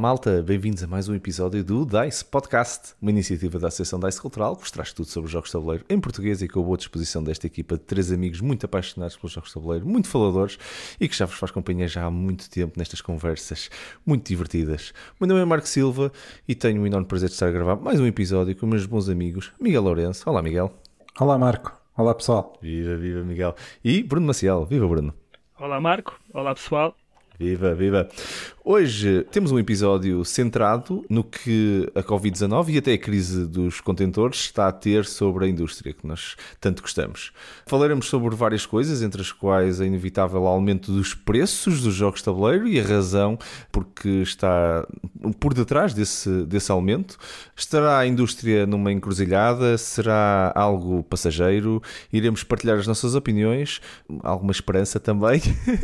malta, bem-vindos a mais um episódio do DICE Podcast, uma iniciativa da Associação DICE Cultural que vos traz tudo sobre os jogos de tabuleiro em português e com a boa disposição desta equipa de 3 amigos muito apaixonados pelos jogos de tabuleiro, muito faladores e que já vos faz companhia já há muito tempo nestas conversas muito divertidas. O meu nome é Marco Silva e tenho um enorme prazer de estar a gravar mais um episódio com meus bons amigos Miguel Lourenço. Olá, Miguel. Olá, Marco. Olá, pessoal. Viva, viva, Miguel. E Bruno Maciel. Viva, Bruno. Olá, Marco. Olá, pessoal. Viva, viva! Hoje temos um episódio centrado no que a Covid-19 e até a crise dos contentores está a ter sobre a indústria que nós tanto gostamos. Falaremos sobre várias coisas, entre as quais a inevitável aumento dos preços dos jogos de tabuleiro e a razão porque está por detrás desse aumento. Estará a indústria numa encruzilhada? Será algo passageiro? Iremos partilhar as nossas opiniões, alguma esperança também,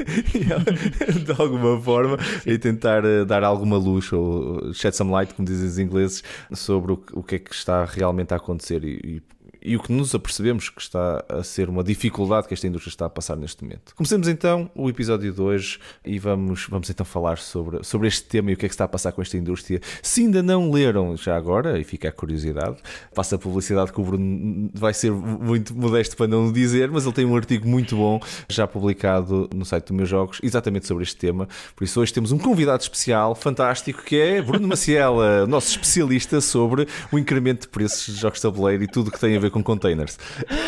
de alguma forma, e tentar dar alguma luz, ou shed some light, como dizem os ingleses, sobre o que é que está realmente a acontecer e o que nos apercebemos que está a ser uma dificuldade que esta indústria está a passar neste momento. Comecemos então o episódio de hoje e vamos então falar sobre este tema e o que é que está a passar com esta indústria. Se ainda não leram já agora, e fica a curiosidade, faço a publicidade que o Bruno vai ser muito modesto para não o dizer, mas ele tem um artigo muito bom já publicado no site do Meus Jogos, exatamente sobre este tema. Por isso hoje temos um convidado especial, fantástico, que é Bruno Maciel, nosso especialista sobre o incremento de preços de jogos de tabuleiro e tudo o que tem a ver com containers.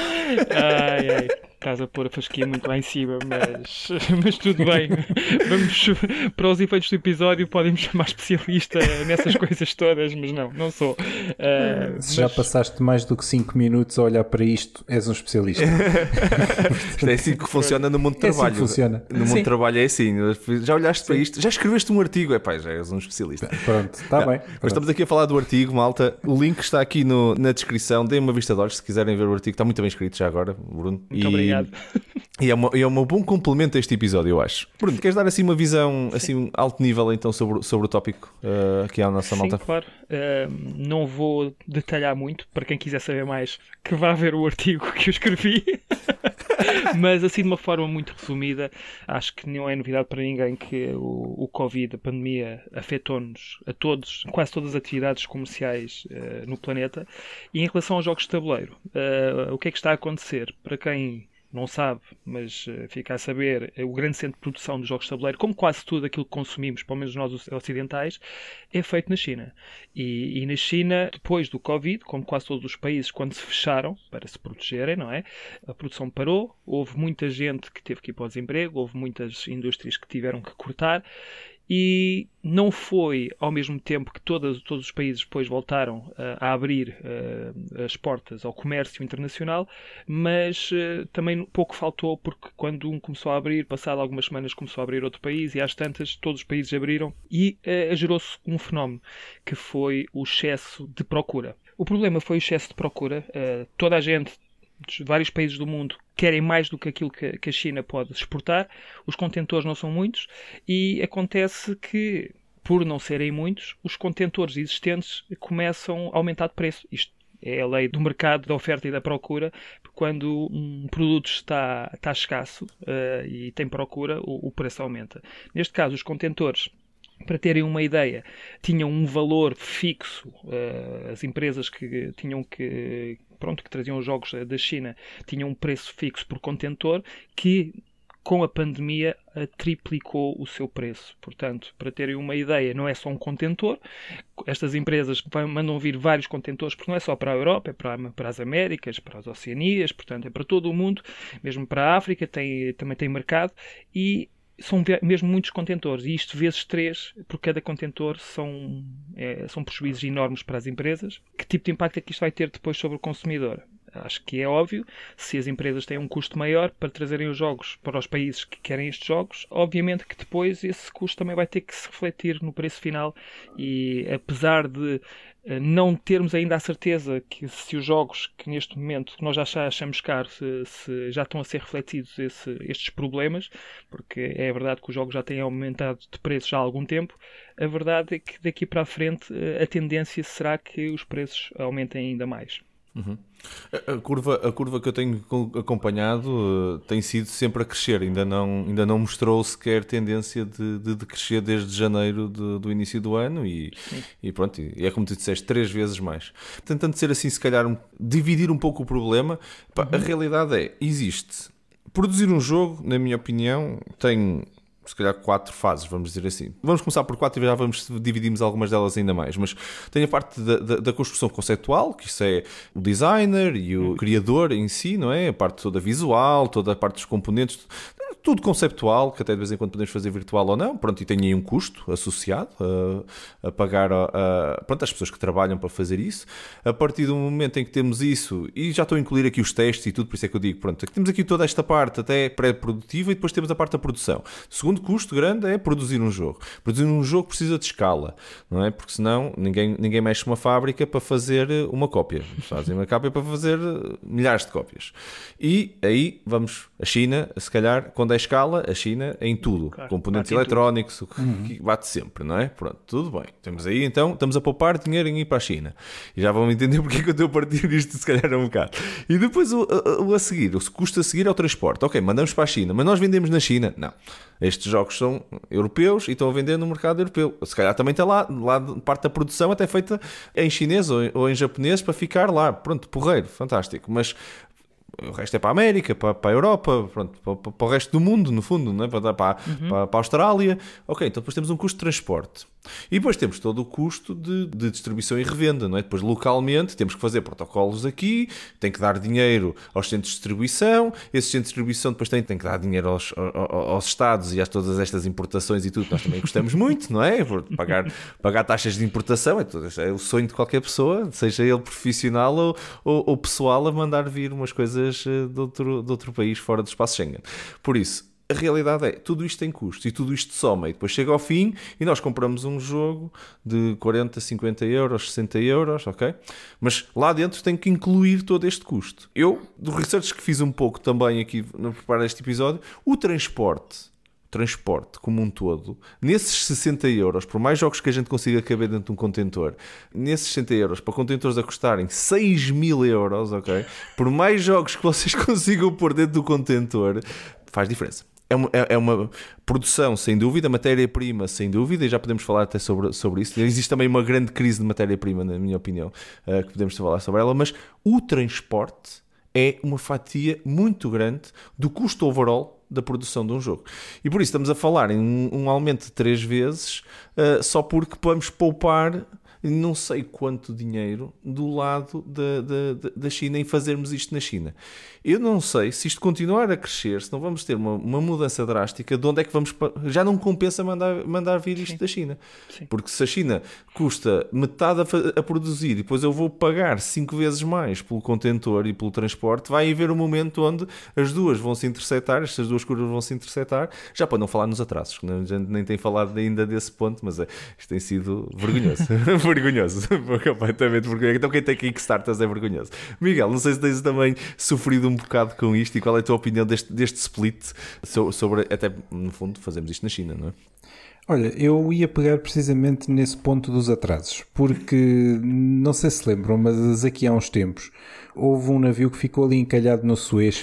Ai, estás a pôr a fasquia muito lá em cima, mas tudo bem. Vamos, para os efeitos do episódio, podemos chamar especialista nessas coisas todas, mas não sou. Se já passaste mais do que 5 minutos a olhar para isto, és um especialista. Isto é assim que funciona no mundo de trabalho. É assim que funciona. No mundo de trabalho é assim. Já olhaste para isto? Já escreveste um artigo? Já és um especialista. Pronto, está bem. Mas estamos aqui a falar do artigo, malta. O link está aqui na descrição. Deem uma vista de olhos se quiserem ver o artigo. Está muito bem escrito já agora, Bruno. Muito obrigado. E é um bom complemento a este episódio, eu acho. Bruno, queres dar assim uma visão assim alto nível então sobre o tópico aqui à nossa malta? Sim, claro. Não vou detalhar muito, para quem quiser saber mais, que vá ver o artigo que eu escrevi. Mas assim de uma forma muito resumida, acho que não é novidade para ninguém que o Covid, a pandemia, afetou-nos a todos, quase todas as atividades comerciais no planeta. E em relação aos jogos de tabuleiro, o que é que está a acontecer? Para quem não sabe, mas fica a saber, o grande centro de produção dos jogos de tabuleiro, como quase tudo aquilo que consumimos, pelo menos nós ocidentais, é feito na China. E na China, depois do Covid, como quase todos os países, quando se fecharam para se protegerem, não é? A produção parou, houve muita gente que teve que ir para o desemprego, houve muitas indústrias que tiveram que cortar, e não foi ao mesmo tempo que todos os países depois voltaram a abrir as portas ao comércio internacional, mas também pouco faltou, porque quando um começou a abrir, passado algumas semanas começou a abrir outro país e às tantas todos os países abriram e gerou-se um fenómeno que foi o excesso de procura. O problema foi o excesso de procura. Toda a gente, vários países do mundo, querem mais do que aquilo que a China pode exportar. Os contentores não são muitos e acontece que, por não serem muitos, os contentores existentes começam a aumentar de preço. Isto é a lei do mercado, da oferta e da procura. Quando um produto está escasso e tem procura, o preço aumenta. Neste caso, os contentores, para terem uma ideia, tinham um valor fixo. As empresas que traziam os jogos da China tinham um preço fixo por contentor que, com a pandemia, triplicou o seu preço. Portanto, para terem uma ideia, não é só um contentor. Estas empresas mandam vir vários contentores, porque não é só para a Europa, é para as Américas, para as Oceanias, portanto, é para todo o mundo, mesmo para a África, também tem mercado, e são mesmo muitos contentores, e isto vezes 3 por cada contentor são prejuízos enormes para as empresas. Que tipo de impacto é que isto vai ter depois sobre o consumidor? Acho que é óbvio, se as empresas têm um custo maior para trazerem os jogos para os países que querem estes jogos, obviamente que depois esse custo também vai ter que se refletir no preço final, e apesar de não termos ainda a certeza que se os jogos que neste momento que nós já achamos caros, se já estão a ser refletidos estes problemas, porque é verdade que os jogos já têm aumentado de preço já há algum tempo, a verdade é que daqui para a frente a tendência será que os preços aumentem ainda mais. A curva que eu tenho acompanhado tem sido sempre a crescer, ainda não mostrou sequer tendência de crescer desde janeiro do início do ano e pronto, e é como tu disseste, 3 vezes mais. Tentando ser assim, se calhar, dividir um pouco o problema, a realidade existe. Produzir um jogo, na minha opinião, tem se calhar 4 fases, vamos dizer assim. Vamos começar por 4 e já dividimos algumas delas ainda mais, mas tem a parte da construção conceptual, que isso é o designer e o criador em si, não é? A parte toda visual, toda a parte dos componentes, tudo conceptual, que até de vez em quando podemos fazer virtual ou não, pronto, e tem aí um custo associado a pagar pronto, as pessoas que trabalham para fazer isso. A partir do momento em que temos isso, e já estou a incluir aqui os testes e tudo, por isso é que eu digo, pronto, temos aqui toda esta parte até pré-produtiva e depois temos a parte da produção. O segundo custo grande é produzir um jogo. Produzir um jogo precisa de escala, não é? Porque senão ninguém mexe uma fábrica para fazer uma cópia. Fazem uma cópia para fazer milhares de cópias. E aí vamos, a China, se calhar, quando é escala, a China em tudo. Claro, componentes eletrónicos, que bate sempre, não é? Pronto, tudo bem. Temos aí, então, estamos a poupar dinheiro em ir para a China. E já vão entender porque é que eu estou a partir disto, se calhar, um bocado. E depois o custo a seguir é o transporte. Ok, mandamos para a China, mas nós vendemos na China? Não. Estes jogos são europeus e estão a vender no mercado europeu. Se calhar também está lá parte da produção até feita em chinês ou em japonês para ficar lá. Pronto, porreiro, fantástico. Mas o resto é para a América, para a Europa, pronto, para o resto do mundo, no fundo, não é? para a Austrália. Ok, então depois temos um custo de transporte. E depois temos todo o custo de distribuição e revenda, não é? Depois localmente temos que fazer protocolos aqui, tem que dar dinheiro aos centros de distribuição, esses centros de distribuição depois tem que dar dinheiro aos Estados e a todas estas importações e tudo, nós também gostamos muito, não é? Pagar taxas de importação, é o sonho de qualquer pessoa, seja ele profissional ou pessoal, a mandar vir umas coisas de outro país fora do espaço Schengen. Por isso, a realidade é, tudo isto tem custo e tudo isto soma e depois chega ao fim e nós compramos um jogo de 40, 50 euros, 60 euros, ok? Mas lá dentro tem que incluir todo este custo. Eu, do research que fiz um pouco também aqui no preparar este episódio, o transporte como um todo, nesses 60 euros, por mais jogos que a gente consiga caber dentro de um contentor, nesses 60 euros, para contentores a custarem 6.000 euros, ok? Por mais jogos que vocês consigam pôr dentro do contentor, faz diferença. É uma produção, sem dúvida, matéria-prima, sem dúvida, e já podemos falar até sobre isso. Existe também uma grande crise de matéria-prima, na minha opinião, que podemos falar sobre ela, mas o transporte é uma fatia muito grande do custo overall da produção de um jogo. E por isso estamos a falar em um aumento de 3 vezes, só porque vamos poupar não sei quanto dinheiro do lado da China em fazermos isto na China. Eu não sei se isto continuar a crescer, se não vamos ter uma mudança drástica, de onde é que vamos... Já não compensa mandar vir isto da China. Sim. Porque se a China custa metade a produzir e depois eu vou pagar 5 vezes mais pelo contentor e pelo transporte, vai haver um momento onde as duas vão se interceptar, estas duas curvas vão se interceptar, já para não falar nos atrasos, que a gente nem tem falado ainda desse ponto, mas isto tem sido vergonhoso. Vergonhoso, completamente vergonhoso. Então quem tem Kickstarters é vergonhoso. Miguel, não sei se tens também sofrido um bocado com isto e qual é a tua opinião deste split sobre, até no fundo, fazemos isto na China, não é? Olha, eu ia pegar precisamente nesse ponto dos atrasos, porque não sei se lembram, mas aqui há uns tempos houve um navio que ficou ali encalhado no Suez.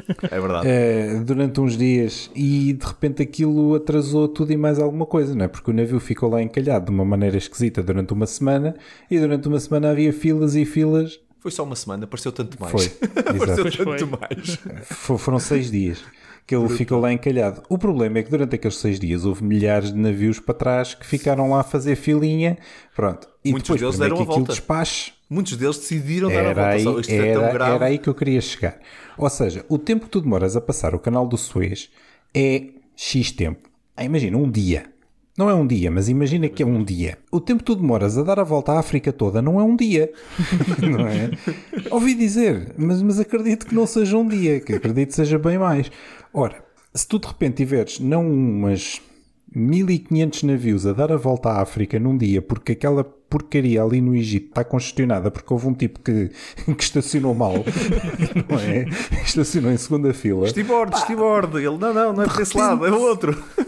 É verdade. Durante uns dias e de repente aquilo atrasou tudo e mais alguma coisa, não é? Porque o navio ficou lá encalhado de uma maneira esquisita durante uma semana e durante uma semana havia filas e filas. Foi só uma semana, pareceu tanto mais. Foi, pareceu tanto mais. Foram 6 dias que ele ficou lá encalhado. O problema é que durante aqueles 6 dias houve milhares de navios para trás que ficaram lá a fazer filinha. Pronto. E muitos depois, deles deram a volta. Despache, muitos deles decidiram dar a volta. Isto é tão grave. Era aí que eu queria chegar. Ou seja, o tempo que tu demoras a passar o canal do Suez é X tempo. Imagina, um dia. Não é um dia, mas imagina que é um dia. O tempo que tu demoras a dar a volta à África toda não é um dia. Não é? Ouvi dizer, mas acredito que não seja um dia, que acredito que seja bem mais. Ora, se tu de repente tiveres não umas 1.500 navios a dar a volta à África num dia, porque aquela porcaria ali no Egito está congestionada porque houve um tipo que estacionou mal, não é? Estacionou em segunda fila. Steve Ord, ele, não é para esse lado, é o outro.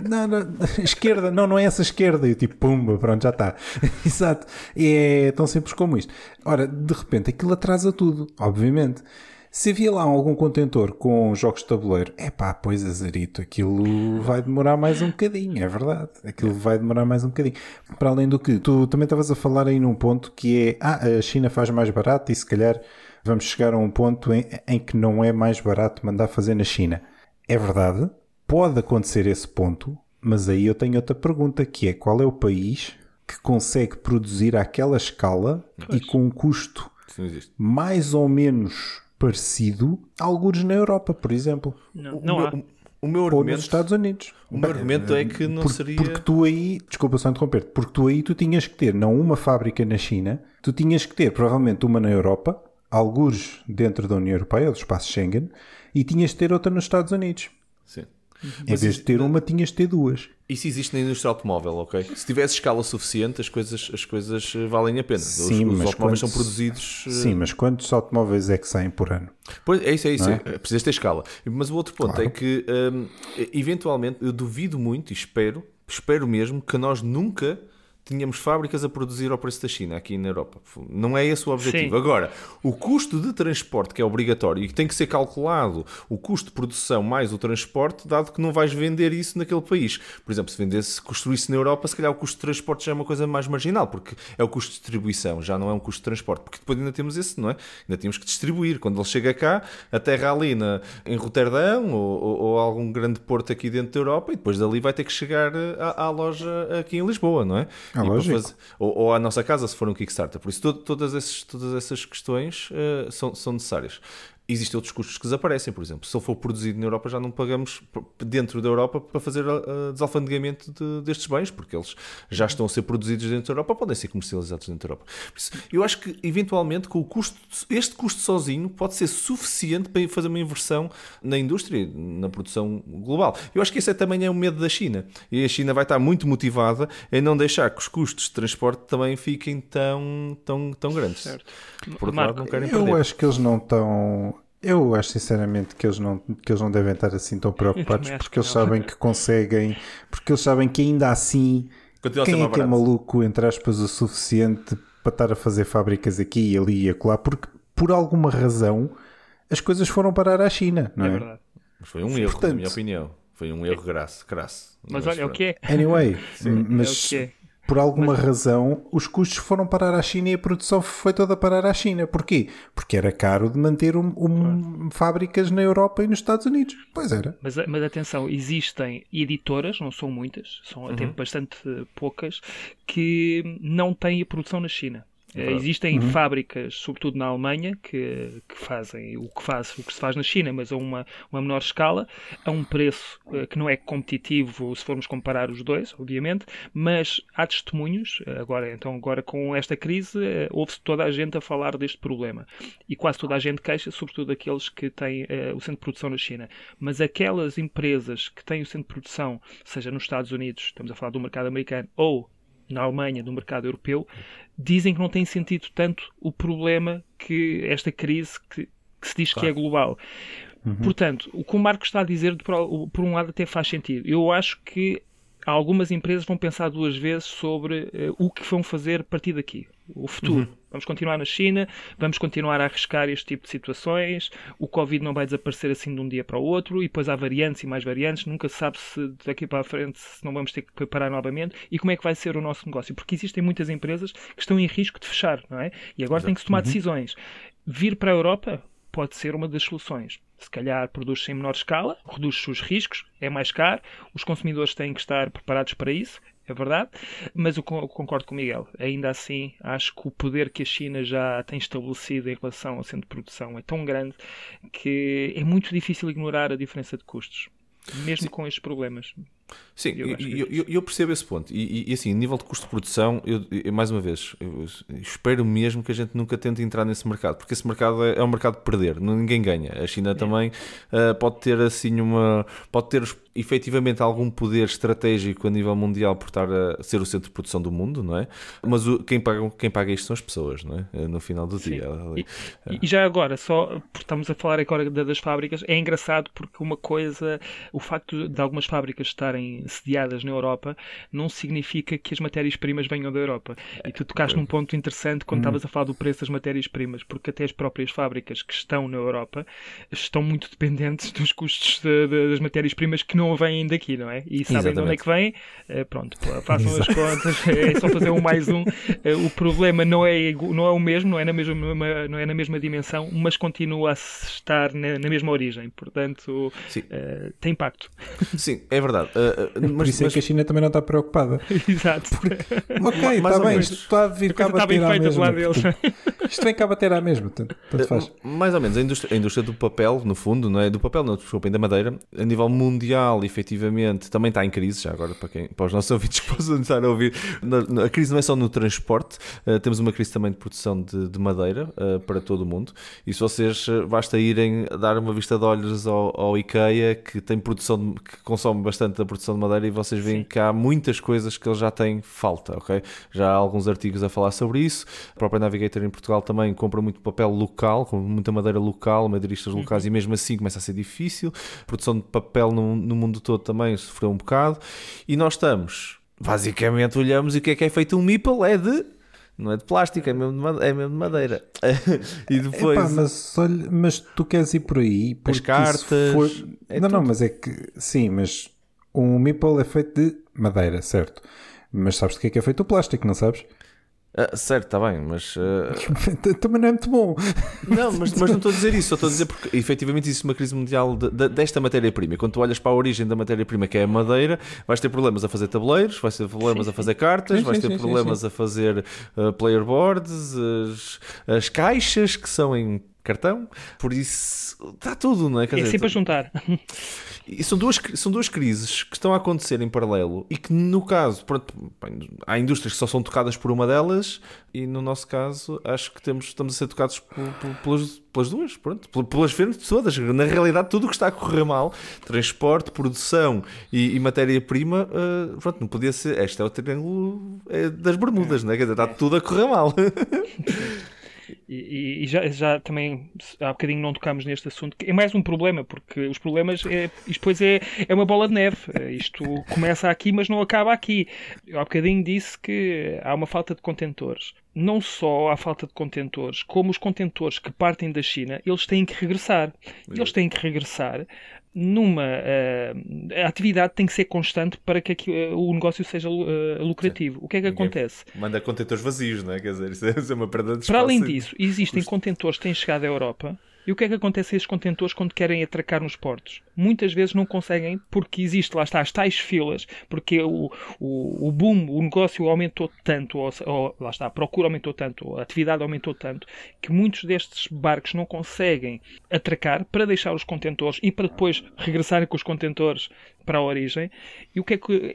não, esquerda, não é essa esquerda. E eu tipo, pumba, pronto, já está. Exato. É tão simples como isto. Ora, de repente, aquilo atrasa tudo, obviamente. Se havia lá algum contentor com jogos de tabuleiro, pois azarito, aquilo vai demorar mais um bocadinho, é verdade. Aquilo vai demorar mais um bocadinho. Para além do que, tu também estavas a falar aí num ponto que é, a China faz mais barato e se calhar vamos chegar a um ponto em que não é mais barato mandar fazer na China. É verdade, pode acontecer esse ponto, mas aí eu tenho outra pergunta, que é qual é o país que consegue produzir àquela escala e com um custo mais ou menos parecido a algures na Europa, por exemplo. Não há. O meu argumento, ou nos Estados Unidos. O meu argumento é que não seria... Porque tu aí, desculpa só interromper-te, porque tu aí tu tinhas que ter não uma fábrica na China, tu tinhas que ter provavelmente uma na Europa, algures dentro da União Europeia, ou do espaço Schengen, e tinhas de ter outra nos Estados Unidos. Sim. Em vez de ter uma, tinhas de ter duas. Isso existe na indústria automóvel, ok? Se tivesse escala suficiente, as coisas valem a pena. Sim, os automóveis são produzidos... Sim, mas quantos automóveis é que saem por ano? Pois, é isso. Não é? Precisas ter escala. Mas o outro ponto é que, eventualmente, eu duvido muito e espero mesmo que nós nunca tínhamos fábricas a produzir ao preço da China aqui na Europa. Não é esse o objetivo. Sim. Agora, o custo de transporte que é obrigatório e que tem que ser calculado, o custo de produção mais o transporte, dado que não vais vender isso naquele país. Por exemplo, se construísse na Europa, se calhar o custo de transporte já é uma coisa mais marginal, porque é o custo de distribuição, já não é um custo de transporte. Porque depois ainda temos esse, não é? Ainda temos que distribuir. Quando ele chega cá, aterra ali em Roterdão ou algum grande porto aqui dentro da Europa e depois dali vai ter que chegar à loja aqui em Lisboa, não é? Ou à nossa casa, se for um Kickstarter. Por isso, todas essas questões são necessárias. Existem outros custos que desaparecem, por exemplo. Se ele for produzido na Europa, já não pagamos dentro da Europa para fazer desalfandegamento destes bens, porque eles já estão a ser produzidos dentro da Europa, podem ser comercializados dentro da Europa. Por isso, eu acho que, eventualmente, com este custo sozinho pode ser suficiente para fazer uma inversão na indústria, na produção global. Eu acho que esse também é o medo da China. E a China vai estar muito motivada em não deixar que os custos de transporte também fiquem tão grandes. Certo. Por outro lado, não querem perder. Eu acho que eles não estão... Eu acho sinceramente que eles não devem estar assim tão preocupados porque eles sabem que conseguem, porque eles sabem que ainda assim quem é que é maluco, entre aspas, o suficiente para estar a fazer fábricas aqui e ali e acolá, porque por alguma razão as coisas foram parar à China, não é? Verdade. Mas foi um erro, portanto, na minha opinião. Foi um erro crasso. Mas olha, é o que é. Anyway, mas... É o que é. Por alguma razão, os custos foram parar à China e a produção foi toda parar à China. Porquê? Porque era caro de manter fábricas na Europa e nos Estados Unidos. Pois era. Mas atenção, existem editoras, não são muitas, são até bastante poucas, que não têm a produção na China. Existem fábricas, sobretudo na Alemanha, que fazem o que se faz na China, mas a uma menor escala, a um preço que não é competitivo se formos comparar os dois, obviamente, mas há testemunhos, agora com esta crise, ouve-se toda a gente a falar deste problema. E quase toda a gente queixa, sobretudo aqueles que têm o centro de produção na China. Mas aquelas empresas que têm o centro de produção, seja nos Estados Unidos, estamos a falar do mercado americano, ou na Alemanha, do mercado europeu, dizem que não tem sentido tanto o problema que esta crise que se diz que é global. Portanto, o que o Marco está a dizer, por um lado, até faz sentido. Eu acho que algumas empresas vão pensar duas vezes sobre o que vão fazer a partir daqui. O futuro. Vamos continuar na China, vamos continuar a arriscar este tipo de situações, o Covid não vai desaparecer assim de um dia para o outro, e depois há variantes e mais variantes, nunca se sabe se daqui para a frente se não vamos ter que preparar novamente, e como é que vai ser o nosso negócio, porque existem muitas empresas que estão em risco de fechar, não é? E agora tem que se tomar decisões. Vir para a Europa pode ser uma das soluções. Se calhar produz-se em menor escala, reduz-se os riscos, é mais caro, os consumidores têm que estar preparados para isso, é verdade, mas eu concordo com o Miguel. Ainda assim, acho que o poder que a China já tem estabelecido em relação ao centro de produção é tão grande que é muito difícil ignorar a diferença de custos, mesmo com estes problemas. Sim, eu percebo esse ponto. E assim, a nível de custo de produção, eu mais uma vez, eu espero mesmo que a gente nunca tente entrar nesse mercado, porque esse mercado é um mercado de perder, ninguém ganha. A China também pode ter assim pode ter efetivamente algum poder estratégico a nível mundial por estar a ser o centro de produção do mundo, não é? Mas quem paga isto são as pessoas, não é? No final do dia. E já agora, só porque estamos a falar agora das fábricas, é engraçado porque uma coisa, o facto de algumas fábricas estarem estarem sediadas na Europa, não significa que as matérias-primas venham da Europa. E tu tocaste num ponto interessante quando estavas a falar do preço das matérias-primas, porque até as próprias fábricas que estão na Europa estão muito dependentes dos custos das matérias-primas que não vêm daqui, não é? E sabem de onde é que vêm? Pronto, façam as contas, é só fazer um mais um. O problema não é o mesmo, não é na mesma dimensão, mas continua a estar na mesma origem. Portanto, tem impacto. Sim, é verdade. Por isso é que a China também não está preocupada. Exato. Ok, está bem, isto está a vir cá a bater à mesma. Isto vem cá a bater à mesma, tanto faz. Mais ou menos, a indústria do papel, no fundo, não é? Do papel, não, desculpem, da madeira, a nível mundial, efetivamente, também está em crise, já agora para os nossos ouvintes que possam estar a ouvir. A crise não é só no transporte, temos uma crise também de produção de madeira para todo o mundo, e se vocês basta irem dar uma vista de olhos ao IKEA, que tem produção, que consome bastante da produção de madeira, e vocês veem que há muitas coisas que eles já têm falta, ok? Já há alguns artigos a falar sobre isso. A própria Navigator em Portugal também compra muito papel local, com muita madeira local, madeiristas locais, e mesmo assim começa a ser difícil. A produção de papel no mundo todo também sofreu um bocado, e nós estamos, basicamente, olhamos e o que é feito um meeple? Não é de plástico, é mesmo de madeira. E depois... mas tu queres ir por aí... As cartas... Não, mas é que... Sim, mas um meeple é feito de madeira, certo? Mas sabes de que é feito o plástico, não sabes? Certo, está bem, mas... Também não é muito bom. Não, mas não estou a dizer isso. Só estou a dizer porque efetivamente existe uma crise mundial desta matéria-prima. Quando tu olhas para a origem da matéria-prima, que é a madeira, vais ter problemas a fazer tabuleiros, vais ter problemas a fazer cartas, vais ter problemas a fazer player boards, as caixas que são em cartão. Por isso, está tudo, não é? É sempre a juntar. E são duas crises que estão a acontecer em paralelo e que, no caso, pronto, há indústrias que só são tocadas por uma delas, e no nosso caso acho que estamos a ser tocados pelas duas, pronto, pelas frentes todas. Na realidade, tudo o que está a correr mal, transporte, produção e matéria-prima, pronto, não podia ser. Este é o triângulo das Bermudas, não é? Quer dizer, está tudo a correr mal. E já também há bocadinho não tocámos neste assunto, que é mais um problema, porque os problemas isto depois é uma bola de neve. Isto começa aqui, mas não acaba aqui. Eu há bocadinho disse que há uma falta de contentores. Não só há falta de contentores, como os contentores que partem da China, eles têm que regressar. Eles têm que regressar a atividade tem que ser constante para que o negócio seja lucrativo. O que é que acontece? Manda contentores vazios, não é? Quer dizer, isso é uma perda de espaço. Para além disso, existem contentores que têm chegado à Europa. E o que é que acontece a esses contentores quando querem atracar nos portos? Muitas vezes não conseguem, porque existe, lá está, as tais filas, porque o boom, o negócio aumentou tanto, lá está, a procura aumentou tanto, a atividade aumentou tanto, que muitos destes barcos não conseguem atracar para deixar os contentores e para depois regressarem com os contentores para a origem. E o que é que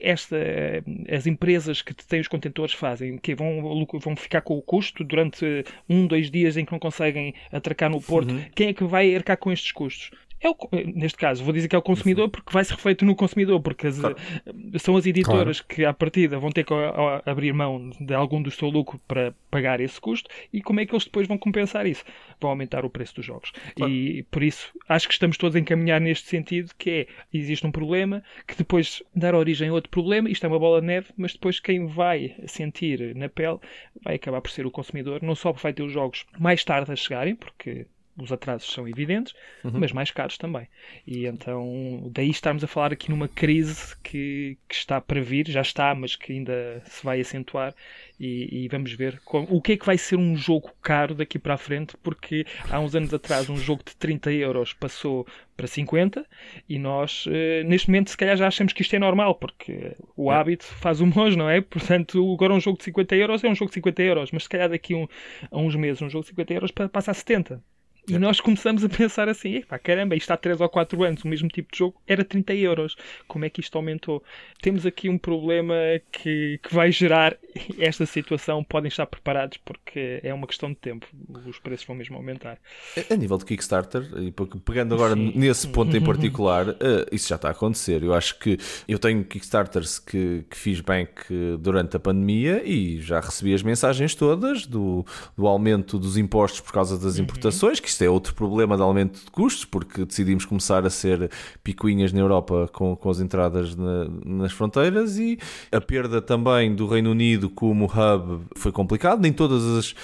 as empresas que têm os contentores fazem? Que vão ficar com o custo durante 2 dias em que não conseguem atracar no porto. Quem é que vai arcar com estes custos? Neste caso, vou dizer que é o consumidor, porque vai ser refletir no consumidor, porque são as editoras que, à partida, vão ter que abrir mão de algum do seu lucro para pagar esse custo. E como é que eles depois vão compensar isso? Vão aumentar o preço dos jogos. Claro. E, por isso, acho que estamos todos a encaminhar neste sentido, que existe um problema, que depois dar origem a outro problema. Isto é uma bola de neve, mas depois quem vai sentir na pele vai acabar por ser o consumidor. Não só vai ter os jogos mais tarde a chegarem, porque os atrasos são evidentes, mas mais caros também. E então, daí estarmos a falar aqui numa crise que está para vir, já está, mas que ainda se vai acentuar, e vamos ver o que é que vai ser um jogo caro daqui para a frente, porque há uns anos atrás um jogo de 30 euros passou para 50, e nós, neste momento, se calhar já achamos que isto é normal, porque o hábito faz o monge, não é? Portanto, agora um jogo de 50 euros é um jogo de 50 euros, mas se calhar daqui a uns meses um jogo de 50 euros passa a 70. E nós começamos a pensar assim, caramba, isto há 3 ou 4 anos, o mesmo tipo de jogo era 30 euros. Como é que isto aumentou? Temos aqui um problema que vai gerar esta situação. Podem estar preparados, porque é uma questão de tempo. Os preços vão mesmo aumentar. A nível de Kickstarter, e pegando agora nesse ponto em particular, isso já está a acontecer. Eu acho que eu tenho Kickstarters que fiz bank durante a pandemia e já recebi as mensagens todas do aumento dos impostos por causa das importações, que isto é outro problema de aumento de custos, porque decidimos começar a ser picuinhas na Europa com as entradas nas fronteiras, e a perda também do Reino Unido como hub foi complicado. Nem todas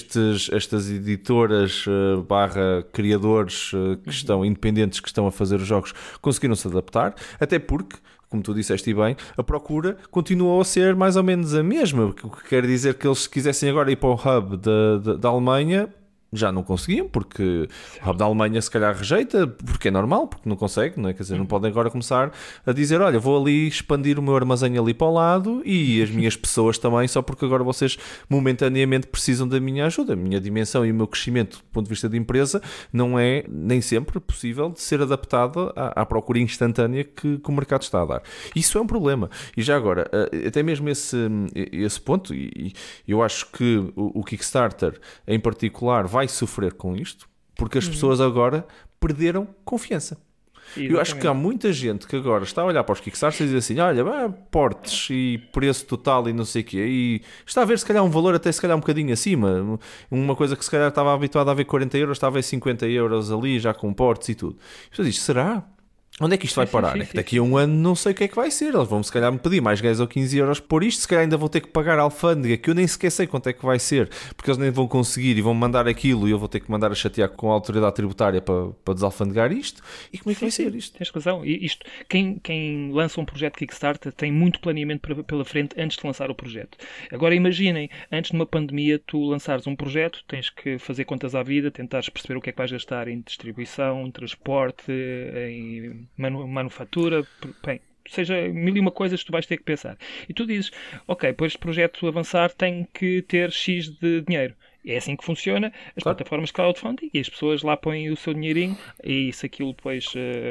estas editoras barra criadores que estão independentes, que estão a fazer os jogos, conseguiram se adaptar, até porque, como tu disseste bem, a procura continuou a ser mais ou menos a mesma, o que quer dizer que eles, se quisessem agora ir para o hub da Alemanha, já não conseguiam, porque o hub da Alemanha se calhar rejeita, porque é normal, porque não consegue, não é? Quer dizer, não podem agora começar a dizer, olha, vou ali expandir o meu armazém ali para o lado e as minhas pessoas também, só porque agora vocês momentaneamente precisam da minha ajuda. A minha dimensão e o meu crescimento do ponto de vista de empresa não é nem sempre possível de ser adaptado à procura instantânea que o mercado está a dar. Isso é um problema. E já agora, até mesmo esse ponto, e eu acho que o Kickstarter em particular vai sofrer com isto, porque as pessoas agora perderam confiança. Exatamente. Eu acho que há muita gente que agora está a olhar para os Kickstarters e diz assim, olha, portes e preço total e não sei o quê, e está a ver se calhar um valor até se calhar um bocadinho acima, uma coisa que se calhar estava habituado a ver 40 euros, estava a ver 50 euros ali, já com portes e tudo. E você diz, será? Onde é que isto vai parar? É que daqui a um ano não sei o que é que vai ser. Eles vão se calhar me pedir mais 10 ou 15 euros por isto. Se calhar ainda vou ter que pagar a alfândega, que eu nem sequer sei quanto é que vai ser, porque eles nem vão conseguir e vão mandar aquilo e eu vou ter que mandar a chatear com a autoridade tributária para desalfandegar isto. E como é que vai ser isto? Tens razão. E isto, quem lança um projeto Kickstarter tem muito planeamento pela frente antes de lançar o projeto. Agora imaginem, antes de uma pandemia, tu lançares um projeto, tens que fazer contas à vida, tentares perceber o que é que vais gastar em distribuição, em transporte, em manufatura, bem, seja mil e uma coisas que tu vais ter que pensar. E tu dizes, ok, para este projeto avançar tem que ter X de dinheiro. É assim que funciona as plataformas de crowdfunding, e as pessoas lá põem o seu dinheirinho, e se aquilo depois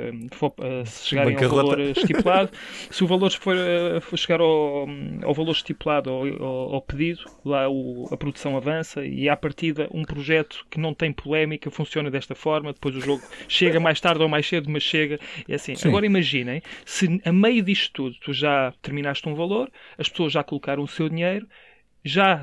se chegarem ao valor estipulado, se o valor for chegar ao valor estipulado, ao pedido, lá a produção avança, e à partida um projeto que não tem polémica funciona desta forma. Depois o jogo chega mais tarde ou mais cedo, mas chega, é assim. Sim. Agora imaginem, se a meio disto tudo tu já terminaste um valor, as pessoas já colocaram o seu dinheiro, já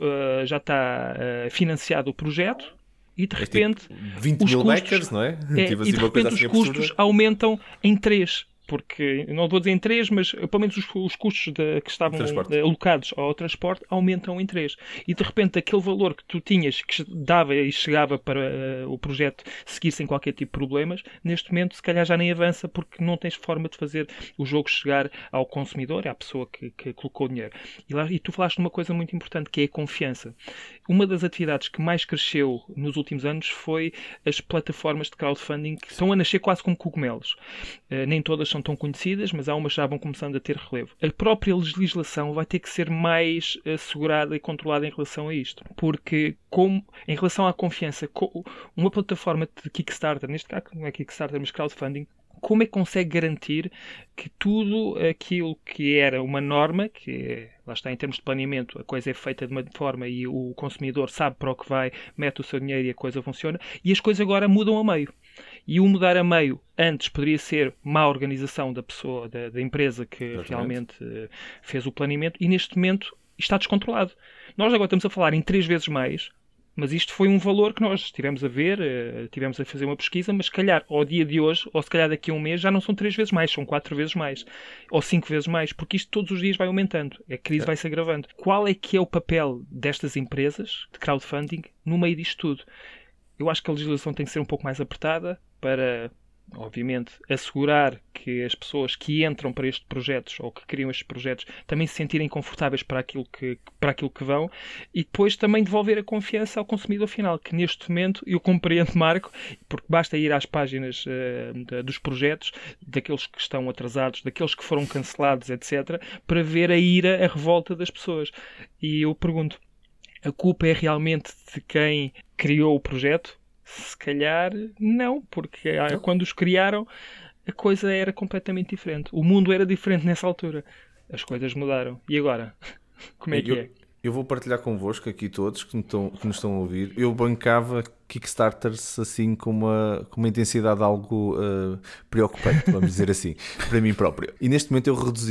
está financiado o projeto, e de repente 20 mil backers, não é? E de repente os custos aumentam em 3. Porque, não vou dizer em 3, mas pelo menos os custos que estavam alocados ao transporte aumentam em 3. E de repente aquele valor que tu tinhas, que dava e chegava para o projeto seguir sem qualquer tipo de problemas, neste momento se calhar já nem avança, porque não tens forma de fazer o jogo chegar ao consumidor, à pessoa que colocou o dinheiro. E tu falaste de uma coisa muito importante, que é a confiança. Uma das atividades que mais cresceu nos últimos anos foi as plataformas de crowdfunding, que estão a nascer quase como cogumelos. Nem todas são tão conhecidas, mas há umas que já vão começando a ter relevo. A própria legislação vai ter que ser mais assegurada e controlada em relação a isto. Porque, em relação à confiança, uma plataforma de Kickstarter, neste caso não é Kickstarter, mas crowdfunding, como é que consegue garantir que tudo aquilo que era uma norma, lá está, em termos de planeamento, a coisa é feita de uma forma e o consumidor sabe para o que vai, mete o seu dinheiro e a coisa funciona, e as coisas agora mudam a meio. E o mudar a meio, antes poderia ser má organização da pessoa, da empresa que realmente fez o planeamento, e neste momento está descontrolado. Nós agora estamos a falar em 3 vezes mais, mas isto foi um valor que nós estivemos a ver, estivemos a fazer uma pesquisa, mas se calhar ao dia de hoje, ou se calhar daqui a um mês, já não são 3 vezes mais, são 4 vezes mais, ou 5 vezes mais, porque isto todos os dias vai aumentando, a crise vai se agravando. Qual é que é o papel destas empresas de crowdfunding no meio disto tudo? Eu acho que a legislação tem que ser um pouco mais apertada para, obviamente, assegurar que as pessoas que entram para estes projetos ou que criam estes projetos também se sentirem confortáveis para aquilo que vão, e depois também devolver a confiança ao consumidor final, que neste momento, eu compreendo, Marco, porque basta ir às páginas dos projetos, daqueles que estão atrasados, daqueles que foram cancelados, etc., para ver a ira, a revolta das pessoas. E eu pergunto, a culpa é realmente de quem criou o projeto? Se calhar não, porque quando os criaram a coisa era completamente diferente. O mundo era diferente nessa altura. As coisas mudaram. E agora? Como é que é? Eu vou partilhar convosco aqui todos que nos estão a ouvir. Eu bancava Kickstarters assim com uma intensidade algo preocupante, vamos dizer assim, para mim próprio. E neste momento eu reduzi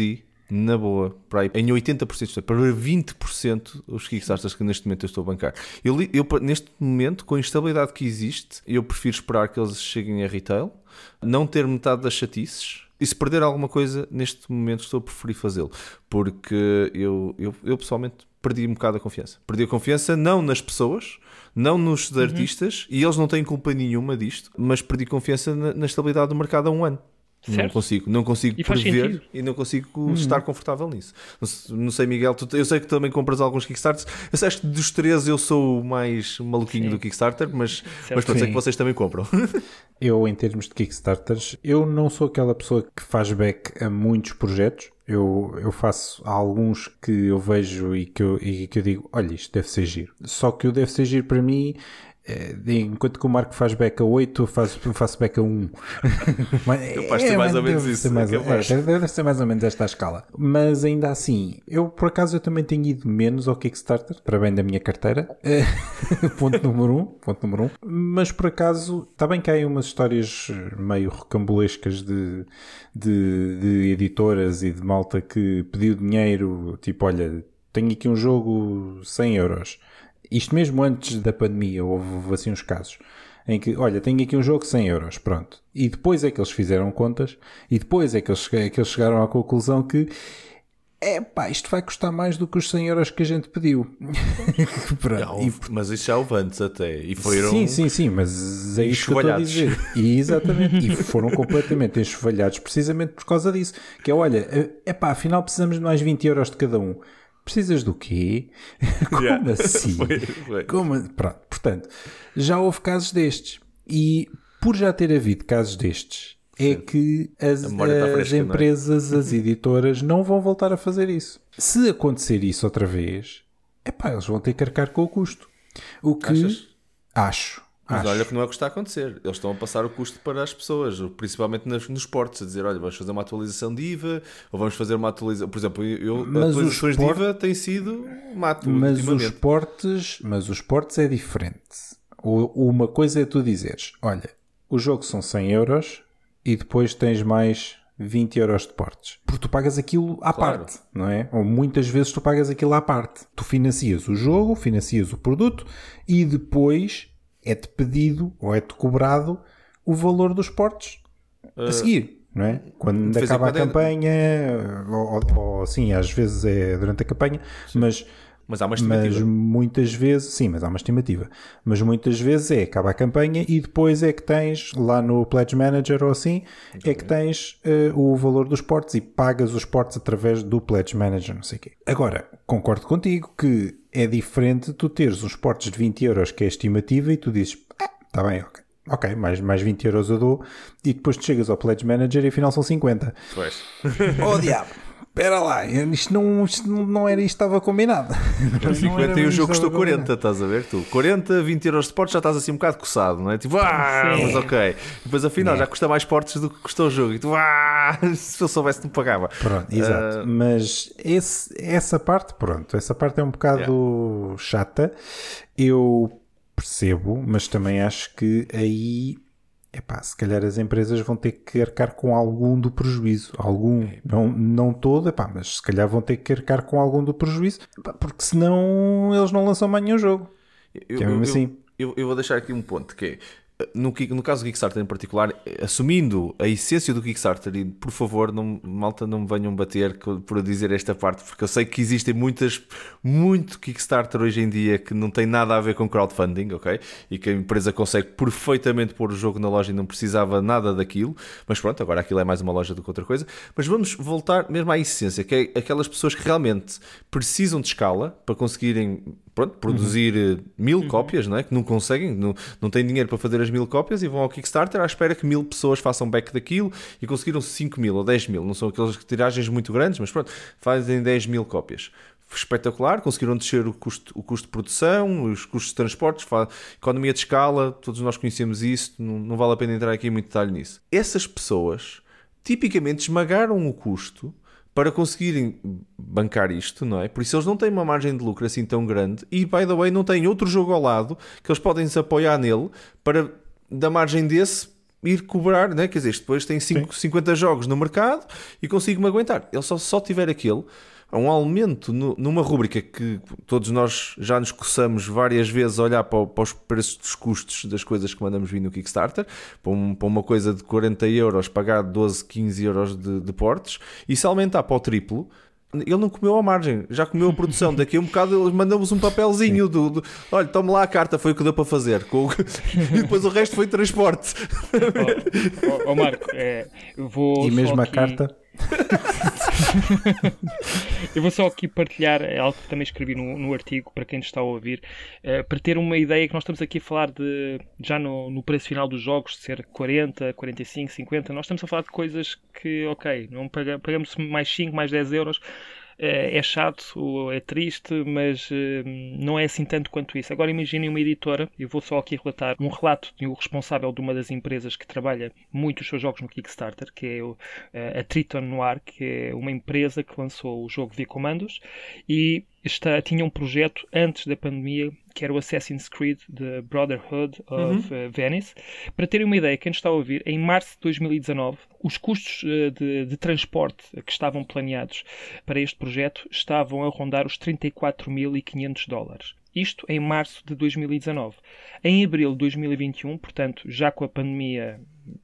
na boa, para aí, em 80%, para 20% os Kickstarters que neste momento eu estou a bancar. Eu, neste momento, com a instabilidade que existe, eu prefiro esperar que eles cheguem a retail, não ter metade das chatices, e se perder alguma coisa, neste momento estou a preferir fazê-lo, porque eu pessoalmente perdi um bocado a confiança. Perdi a confiança não nas pessoas, não nos artistas, e eles não têm culpa nenhuma disto, mas perdi confiança na estabilidade do mercado há um ano. Certo. Não consigo E faz prever sentido. e não consigo estar confortável nisso. Não sei, Miguel, eu sei que também compras alguns Kickstarters. Eu sei que dos três eu sou o mais maluquinho do Kickstarter, mas pode ser que vocês também compram. Eu, em termos de Kickstarters, eu não sou aquela pessoa que faz back a muitos projetos. Eu faço alguns que eu vejo e que eu digo, olha, isto deve ser giro. Só que o deve ser giro para mim, enquanto que o Marco faz back a 8, eu faço back a 1. Capaz de ser mais ou menos isso. Deve ser mais ou menos esta a escala. Mas ainda assim, por acaso eu também tenho ido menos ao Kickstarter, para bem da minha carteira. Ponto número um. Mas por acaso, está bem que há aí umas histórias meio rocambolescas de editoras e de malta que pediu dinheiro, tipo, olha, tenho aqui um jogo 100 euros. Isto mesmo antes da pandemia, houve assim uns casos em que, olha, tenho aqui um jogo 100 euros, pronto. E depois é que eles fizeram contas e depois é que eles chegaram à conclusão que isto vai custar mais do que os 100 euros que a gente pediu. Mas isso já houve antes até. E foram sim, mas é isso que eu estou a dizer. E, exatamente. E foram completamente enxovalhados precisamente por causa disso. Que é, olha, afinal precisamos de mais 20 euros de cada um. Precisas do quê? Como assim? Foi. Pronto, portanto, já houve casos destes. E por já ter havido casos destes, é que as empresas, as editoras, não vão voltar a fazer isso. Se acontecer isso outra vez, eles vão ter que arcar com o custo. O que acho. Mas olha que não é o que está a acontecer. Eles estão a passar o custo para as pessoas, principalmente nos portos, a dizer, olha, vamos fazer uma atualização de IVA, ou vamos fazer uma atualização... Por exemplo, atualizações de IVA têm sido mato ultimamente. Mas os portos é diferente. Uma coisa é tu dizeres, olha, o jogo são 100 euros e depois tens mais 20 euros de portos. Porque tu pagas aquilo à parte, não é? Ou muitas vezes tu pagas aquilo à parte. Tu financias o jogo, financias o produto e depois... é-te pedido ou é-te cobrado o valor dos portos a seguir, não é? Quando acaba a campanha, ou sim, às vezes é durante a campanha, mas há uma estimativa. Mas muitas vezes, sim, mas há uma estimativa. Mas muitas vezes acaba a campanha e depois é que tens, lá no Pledge Manager ou assim, é que tens o valor dos portos e pagas os portos através do Pledge Manager, não sei o quê. Agora, concordo contigo que é diferente tu teres uns portos de 20 euros que é a estimativa e tu dizes, está bem, ok, mais 20 euros eu dou, e depois tu chegas ao Pledge Manager e afinal são 50. Pois. Oh diabo! Espera lá, isto não era isto que estava combinado. 50 e o jogo custou 40, estás a ver? Tu 40, 20 euros de portos já estás assim um bocado coçado, não é? Tipo, mas ok. Depois afinal já custa mais portos do que custou o jogo. E tu, se eu soubesse não pagava. Pronto, exato. Mas essa parte é um bocado chata. Eu percebo, mas também acho que aí... se calhar as empresas vão ter que arcar com algum do prejuízo. Não todo, mas se calhar vão ter que arcar com algum do prejuízo, porque senão eles não lançam mais nenhum jogo. Eu vou deixar aqui um ponto, que é, no caso do Kickstarter em particular, assumindo a essência do Kickstarter, e por favor, malta, não me venham bater por dizer esta parte, porque eu sei que existem muito Kickstarter hoje em dia que não tem nada a ver com crowdfunding, ok? E que a empresa consegue perfeitamente pôr o jogo na loja e não precisava nada daquilo, mas pronto, agora aquilo é mais uma loja do que outra coisa. Mas vamos voltar mesmo à essência, que é aquelas pessoas que realmente precisam de escala para conseguirem produzir 1000 cópias, não é? Que não conseguem, não têm dinheiro para fazer as 1000 cópias e vão ao Kickstarter à espera que 1000 pessoas façam back daquilo e conseguiram 5000 ou 10.000. Não são aquelas tiragens muito grandes, mas pronto, fazem 10.000 cópias. Espetacular, conseguiram descer o custo de produção, os custos de transportes, economia de escala, todos nós conhecemos isso, não vale a pena entrar aqui em muito detalhe nisso. Essas pessoas tipicamente esmagaram o custo para conseguirem bancar isto, não é? Por isso eles não têm uma margem de lucro assim tão grande e, by the way, não têm outro jogo ao lado que eles podem se apoiar nele para, da margem desse, ir cobrar, né? Quer dizer, depois tem 50 jogos no mercado e consigo-me aguentar. Ele só tiver aquele, um aumento numa rúbrica que todos nós já nos coçamos várias vezes a olhar para os preços dos custos das coisas que mandamos vir no Kickstarter, para uma coisa de 40 euros pagar 12, 15 euros de portes, e se aumentar para o triplo, ele não comeu a margem, já comeu a produção. Daqui a um bocado eles mandam-vos um papelzinho olha, tome lá a carta, foi o que deu para fazer. E depois o resto foi transporte. Marco, eu vou. E mesmo aqui... a carta. Eu vou só aqui partilhar algo que também escrevi no artigo para quem nos está a ouvir, para ter uma ideia que nós estamos aqui a falar de, já no preço final dos jogos, de ser 40, 45, 50. Nós estamos a falar de coisas que, ok, não pagamos mais 5, mais 10 euros. É chato, é triste, mas não é assim tanto quanto isso. Agora imaginem uma editora, eu vou só aqui relatar um relato de um responsável de uma das empresas que trabalha muito os seus jogos no Kickstarter, que é a Triton Noir, que é uma empresa que lançou o jogo V-Commandos e tinha um projeto antes da pandemia que era o Assassin's Creed The Brotherhood of Venice. Para terem uma ideia, quem nos está a ouvir, em março de 2019, os custos de transporte que estavam planeados para este projeto estavam a rondar os $34.500. Isto em março de 2019. Em abril de 2021, portanto, já com a pandemia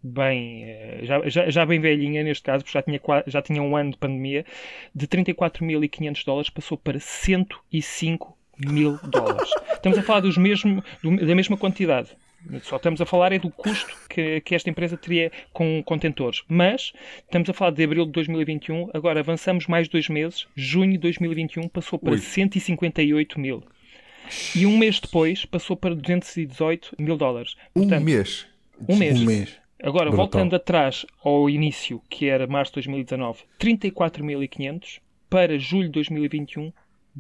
já bem velhinha neste caso, porque já tinha um ano de pandemia, de $34.500 passou para $105.000. Estamos a falar da mesma quantidade. Só estamos a falar do custo que esta empresa teria com contentores. Mas estamos a falar de abril de 2021, agora avançamos mais 2 meses, junho de 2021 passou para $158.000. E um mês depois passou para $218.000. Portanto, Um mês. Agora, Brutal. voltando atrás ao início, que era março de 2019, 34.500, para julho de 2021,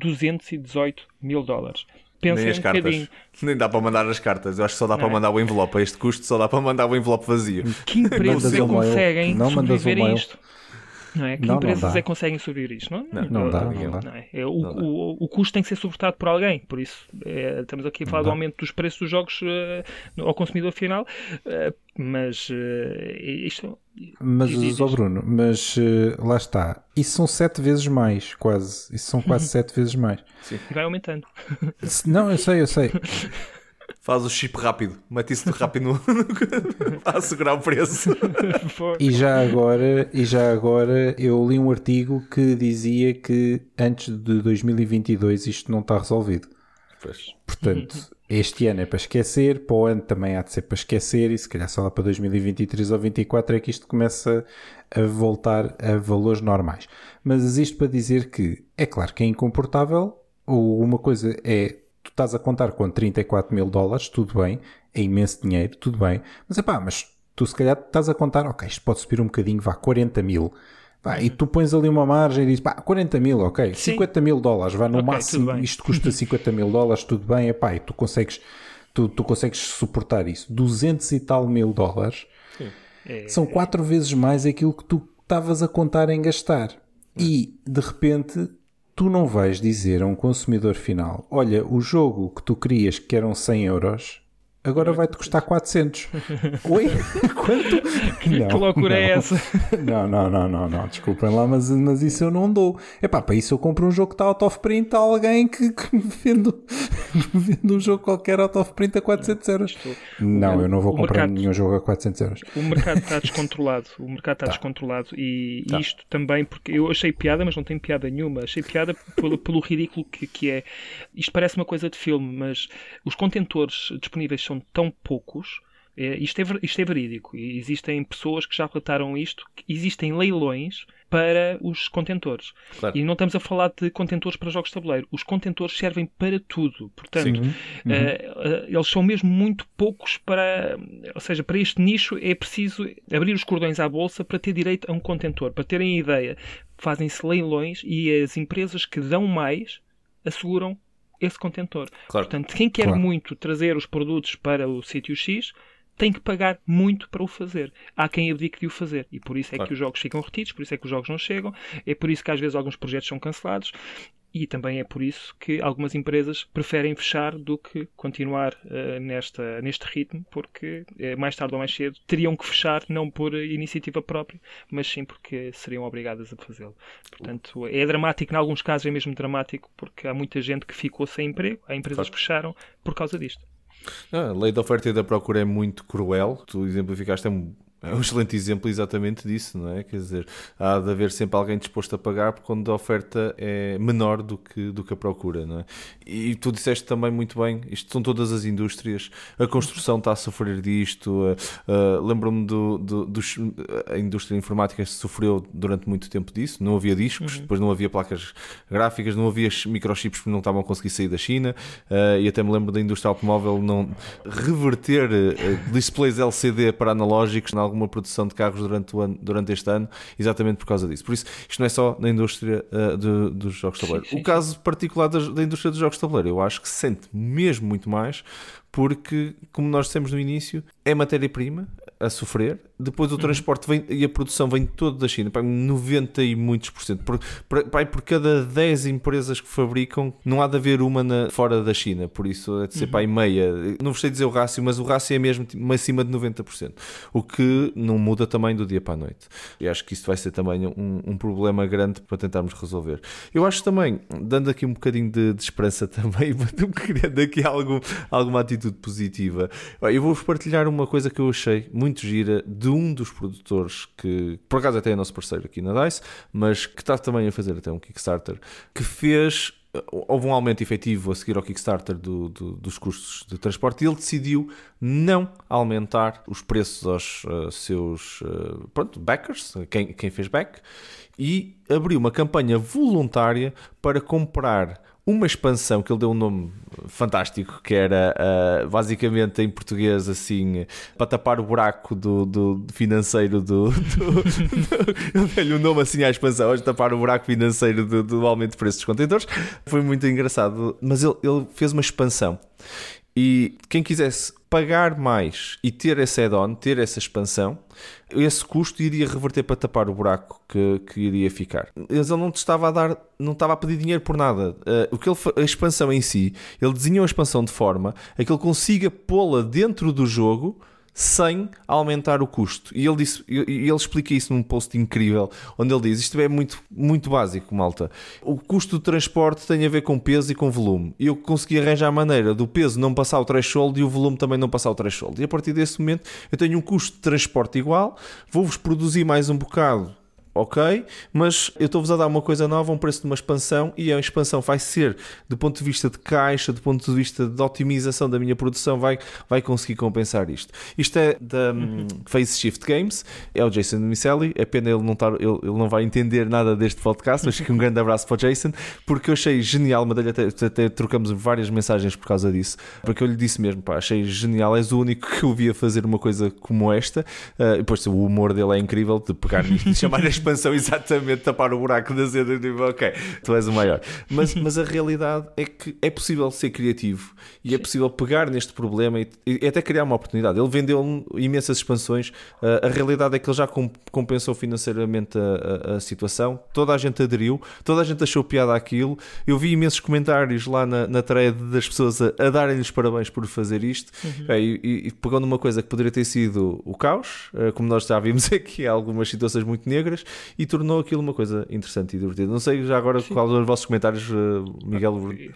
$218.000. Pensem Nem as cartas. Nem dá para mandar as cartas. Eu acho que só dá para mandar o envelope. A este custo só dá para mandar o envelope vazio. Que empresas conseguem sobreviver a isto? Não é? Que empresas não conseguem sobreviver isto? Não dá. O custo tem que ser suportado por alguém. Por isso, estamos aqui a falar do aumento dos preços dos jogos ao consumidor final. Mas isto... Mas, Bruno, lá está. Isso são 7 vezes mais, quase. Isso são quase 7 vezes mais. Sim. Vai aumentando. Não, eu sei. Faz o chip rápido. Mete isso rápido para assegurar o preço. E já agora eu li um artigo que dizia que antes de 2022 isto não está resolvido. Pois. Portanto, este ano é para esquecer, para o ano também há de ser para esquecer, e se calhar só lá para 2023 ou 2024 é que isto começa a voltar a valores normais. Mas isto para dizer que é claro que é incomportável, ou uma coisa é, tu estás a contar com $34.000, tudo bem, é imenso dinheiro, tudo bem, mas tu se calhar estás a contar, ok, isto pode subir um bocadinho, vá, 40.000. E tu pões ali uma margem e dizes, 40.000, ok, $50.000, vai no máximo, isto custa $50.000, tudo bem, e tu consegues suportar isso. 200 e tal mil dólares são 4 vezes mais aquilo que tu estavas a contar em gastar. E, de repente, tu não vais dizer a um consumidor final, olha, o jogo que tu querias que eram 100 euros... Agora vai-te custar 400. Oi? Quanto? Que loucura é essa? Não. Desculpem lá, mas isso eu não dou. Para isso eu compro um jogo que está out of print a alguém que vende um jogo qualquer out of print a 400 euros. Não, eu não vou comprar nenhum jogo a 400 euros. O mercado está descontrolado. Descontrolado. E isto também, porque eu achei piada, mas não tem piada nenhuma. Achei piada pelo ridículo que é. Isto parece uma coisa de filme, mas os contentores disponíveis são tão poucos, isto é verídico, e existem pessoas que já relataram isto, que existem leilões para os contentores. Claro. E não estamos a falar de contentores para jogos de tabuleiro. Os contentores servem para tudo. Portanto, eles são mesmo muito poucos ou seja, para este nicho é preciso abrir os cordões à bolsa para ter direito a um contentor. Para terem ideia, fazem-se leilões e as empresas que dão mais asseguram esse contentor. Claro. Portanto, quem quer muito trazer os produtos para o sítio X tem que pagar muito para o fazer. Há quem abdique de o fazer. E por isso é que os jogos ficam retidos, por isso é que os jogos não chegam, é por isso que às vezes alguns projetos são cancelados. E também é por isso que algumas empresas preferem fechar do que continuar neste ritmo, porque mais tarde ou mais cedo teriam que fechar, não por iniciativa própria, mas sim porque seriam obrigadas a fazê-lo. Portanto, é dramático, em alguns casos é mesmo dramático, porque há muita gente que ficou sem emprego, há empresas que fecharam por causa disto. A lei da oferta e da procura é muito cruel. Tu exemplificaste, é um excelente exemplo exatamente disso, não é? Quer dizer, há de haver sempre alguém disposto a pagar quando a oferta é menor do que a procura, não é? E tu disseste também muito bem, isto são todas as indústrias, a construção está a sofrer disto, lembro-me a indústria informática sofreu durante muito tempo disso, não havia discos, depois não havia placas gráficas, não havia microchips porque não estavam a conseguir sair da China, e até me lembro da indústria automóvel não reverter displays LCD para analógicos em alguma produção de carros durante este ano, exatamente por causa disso. Por isso, isto não é só na indústria dos jogos de tabuleiro. O caso particular da indústria dos jogos de tabuleiro, eu acho que se sente mesmo muito mais, porque, como nós dissemos no início, é matéria-prima a sofrer, depois o transporte vem, e a produção vem todo da China, 90 e muitos por cento. Por cada 10 empresas que fabricam, não há de haver uma fora da China, por isso é de ser meia. Não vos sei dizer o rácio, mas o rácio é mesmo acima de 90%, o que não muda também do dia para a noite. E acho que isso vai ser também um problema grande para tentarmos resolver. Eu acho também, dando aqui um bocadinho de esperança também, criando aqui alguma atitude positiva, eu vou-vos partilhar uma coisa que eu achei muito gira de um dos produtores que, por acaso até é nosso parceiro aqui na DICE, mas que está também a fazer até um Kickstarter, que houve um aumento efetivo a seguir ao Kickstarter dos custos de transporte, e ele decidiu não aumentar os preços aos seus backers, quem fez back, e abriu uma campanha voluntária para comprar uma expansão que ele deu um nome fantástico, que era basicamente em português assim, para tapar o buraco do financeiro ele deu-lhe um nome assim à expansão, hoje tapar o buraco financeiro do aumento de preços dos contentores. Foi muito engraçado, mas ele fez uma expansão. E quem quisesse pagar mais e ter esse add-on, ter essa expansão, esse custo iria reverter para tapar o buraco que iria ficar. Ele não estava a pedir dinheiro por nada. A expansão em si, ele desenhou a expansão de forma a que ele consiga pô-la dentro do jogo sem aumentar o custo. E ele explica isso num post incrível, onde ele diz, isto é muito, muito básico, malta. O custo do transporte tem a ver com peso e com volume. E eu consegui arranjar a maneira do peso não passar o threshold e o volume também não passar o threshold. E a partir desse momento eu tenho um custo de transporte igual, vou-vos produzir mais um bocado, ok, mas eu estou-vos a dar uma coisa nova, um preço de uma expansão, e a expansão vai ser, do ponto de vista de caixa, do ponto de vista de otimização da minha produção, vai conseguir compensar isto. Isto é da Phase Shift Games, é o Jason Miceli. É pena ele não vai entender nada deste podcast, mas que um grande abraço para o Jason, porque eu achei genial, mas até trocamos várias mensagens por causa disso, porque eu lhe disse mesmo, achei genial, és o único que eu vi a fazer uma coisa como esta. Depois o humor dele é incrível, de pegar nisto e chamar a expansão exatamente, tapar o buraco da seda, tipo, ok, tu és o maior. Mas a realidade é que é possível ser criativo e é possível pegar neste problema e até criar uma oportunidade. Ele vendeu imensas expansões, a realidade é que ele já compensou financeiramente a situação, toda a gente aderiu, toda a gente achou piada àquilo. Eu vi imensos comentários lá na thread das pessoas a darem-lhes parabéns por fazer isto, e pegando uma coisa que poderia ter sido o caos, como nós já vimos aqui, algumas situações muito negras, e tornou aquilo uma coisa interessante e divertida. Não sei já agora quais são os vossos comentários, Miguel.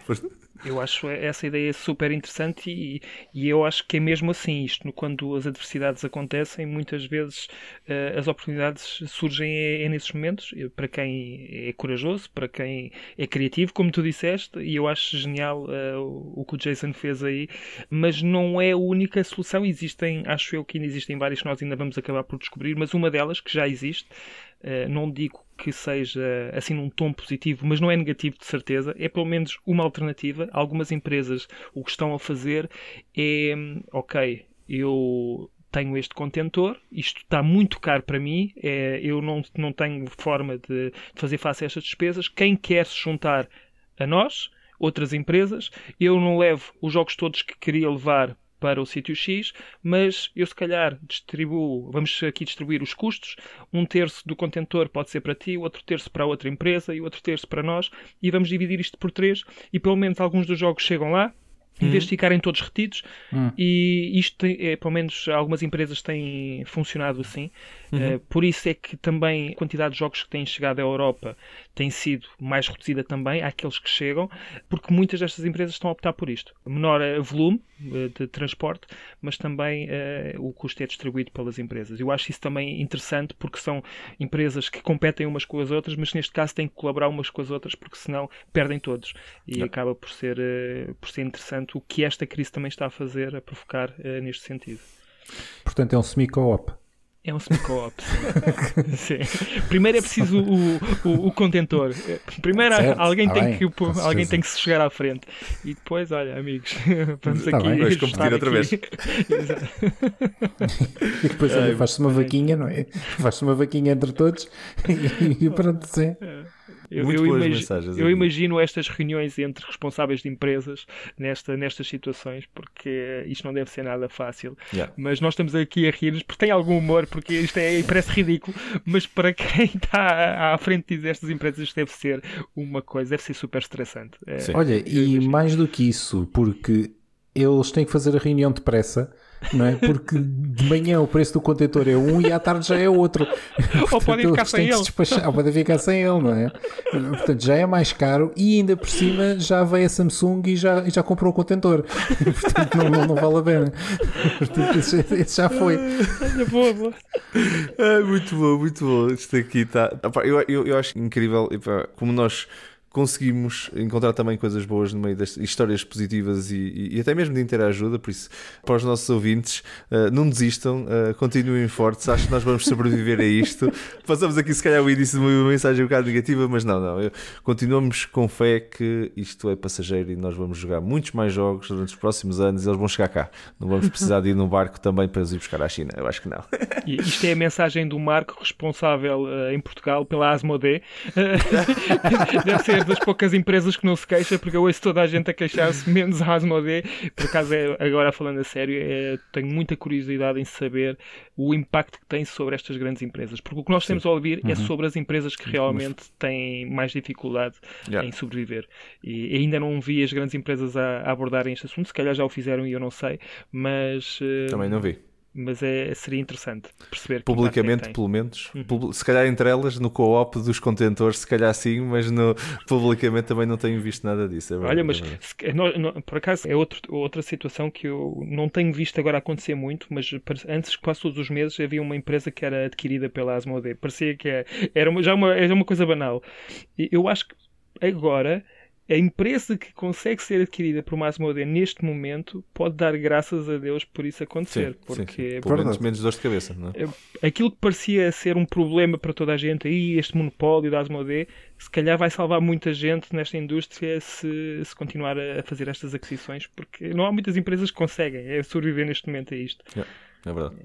Eu acho essa ideia super interessante e eu acho que é mesmo assim isto. Quando as adversidades acontecem, muitas vezes as oportunidades surgem nesses momentos, para quem é corajoso, para quem é criativo, como tu disseste, e eu acho genial o que o Jason fez aí, mas não é a única solução. Acho eu que ainda existem várias que nós ainda vamos acabar por descobrir, mas uma delas que já existe, não digo que seja assim num tom positivo, mas não é negativo de certeza, é pelo menos uma alternativa. Algumas empresas o que estão a fazer é, ok, eu tenho este contentor, isto está muito caro para mim, eu não tenho forma de fazer face a estas despesas, quem quer se juntar a nós, outras empresas, eu não levo os jogos todos que queria levar para o sítio X, mas eu se calhar vamos aqui distribuir os custos, 1/3 do contentor pode ser para ti, o outro terço para a outra empresa e o outro terço para nós, e vamos dividir isto por 3, e pelo menos alguns dos jogos chegam lá, em vez de ficarem todos retidos, e isto, pelo menos algumas empresas têm funcionado assim. Por isso é que também a quantidade de jogos que têm chegado à Europa tem sido mais reduzida também, àqueles que chegam, porque muitas destas empresas estão a optar por isto. Menor volume de transporte, mas também o custo é distribuído pelas empresas. Eu acho isso também interessante, porque são empresas que competem umas com as outras, mas neste caso têm que colaborar umas com as outras, porque senão perdem todos. E acaba por ser interessante o que esta crise também está a fazer, a provocar neste sentido. Portanto, é um semi-co-op. É um semi-co-op, sim. Primeiro é preciso o contentor. Primeiro certo, alguém tem tem que se chegar à frente. E depois, olha, amigos, vamos Tá aqui. bem. Vamos competir outra vez. Exato. E depois faz-se uma vaquinha, não é? Faz-se uma vaquinha entre todos e pronto, sim. Eu imagino estas reuniões entre responsáveis de empresas nestas situações, porque isto não deve ser nada fácil. Mas nós estamos aqui a rir-nos porque tem algum humor, porque isto parece ridículo, mas para quem está à frente destas empresas isto deve ser deve ser super estressante. Olha, e mais do que isso, porque eles têm que fazer a reunião depressa, não é? Porque de manhã o preço do contentor é um e à tarde já é outro. Ou podem ficar sem ele. Ou podem ficar sem ele, não é? Portanto, já é mais caro e ainda por cima já veio a Samsung e já comprou o contentor. Portanto, não vale a pena. Portanto, esse já foi. Boa. Muito bom. Isto aqui está... Eu acho incrível, como nós conseguimos encontrar também coisas boas no meio das histórias positivas e até mesmo de interajuda. Por isso, para os nossos ouvintes, não desistam, continuem fortes, acho que nós vamos sobreviver a isto. Passamos aqui se calhar o início de uma mensagem um bocado negativa, mas não, continuamos com fé que isto é passageiro e nós vamos jogar muitos mais jogos durante os próximos anos e eles vão chegar cá. Não vamos precisar de ir num barco também para os ir buscar à China, eu acho que não. E isto é a mensagem do Marco, responsável em Portugal pela Asmodee. Deve ser das poucas empresas que não se queixa, porque eu ouço toda a gente a queixar-se, menos a Asmodee. Por acaso, agora falando a sério, tenho muita curiosidade em saber o impacto que tem sobre estas grandes empresas, porque o que nós temos a ouvir é sobre as empresas que realmente têm mais dificuldade em sobreviver, e ainda não vi as grandes empresas a abordarem este assunto. Se calhar já o fizeram e eu não sei, mas também não vi. Mas seria interessante perceber publicamente, pelo menos, se calhar entre elas no co-op dos contentores, se calhar sim, mas publicamente também não tenho visto nada disso. É verdade, olha, mas por acaso é outra situação que eu não tenho visto agora acontecer muito, mas antes, quase todos os meses, havia uma empresa que era adquirida pela Asmodee. Parecia que era uma coisa banal. Eu acho que agora a empresa que consegue ser adquirida por uma Asmodee neste momento pode dar graças a Deus por isso acontecer. Sim, porque pelo menos dor de cabeça, não é? Aquilo que parecia ser um problema para toda a gente, este monopólio da Asmodee, se calhar vai salvar muita gente nesta indústria se continuar a fazer estas aquisições, porque não há muitas empresas que conseguem sobreviver neste momento a isto. É verdade.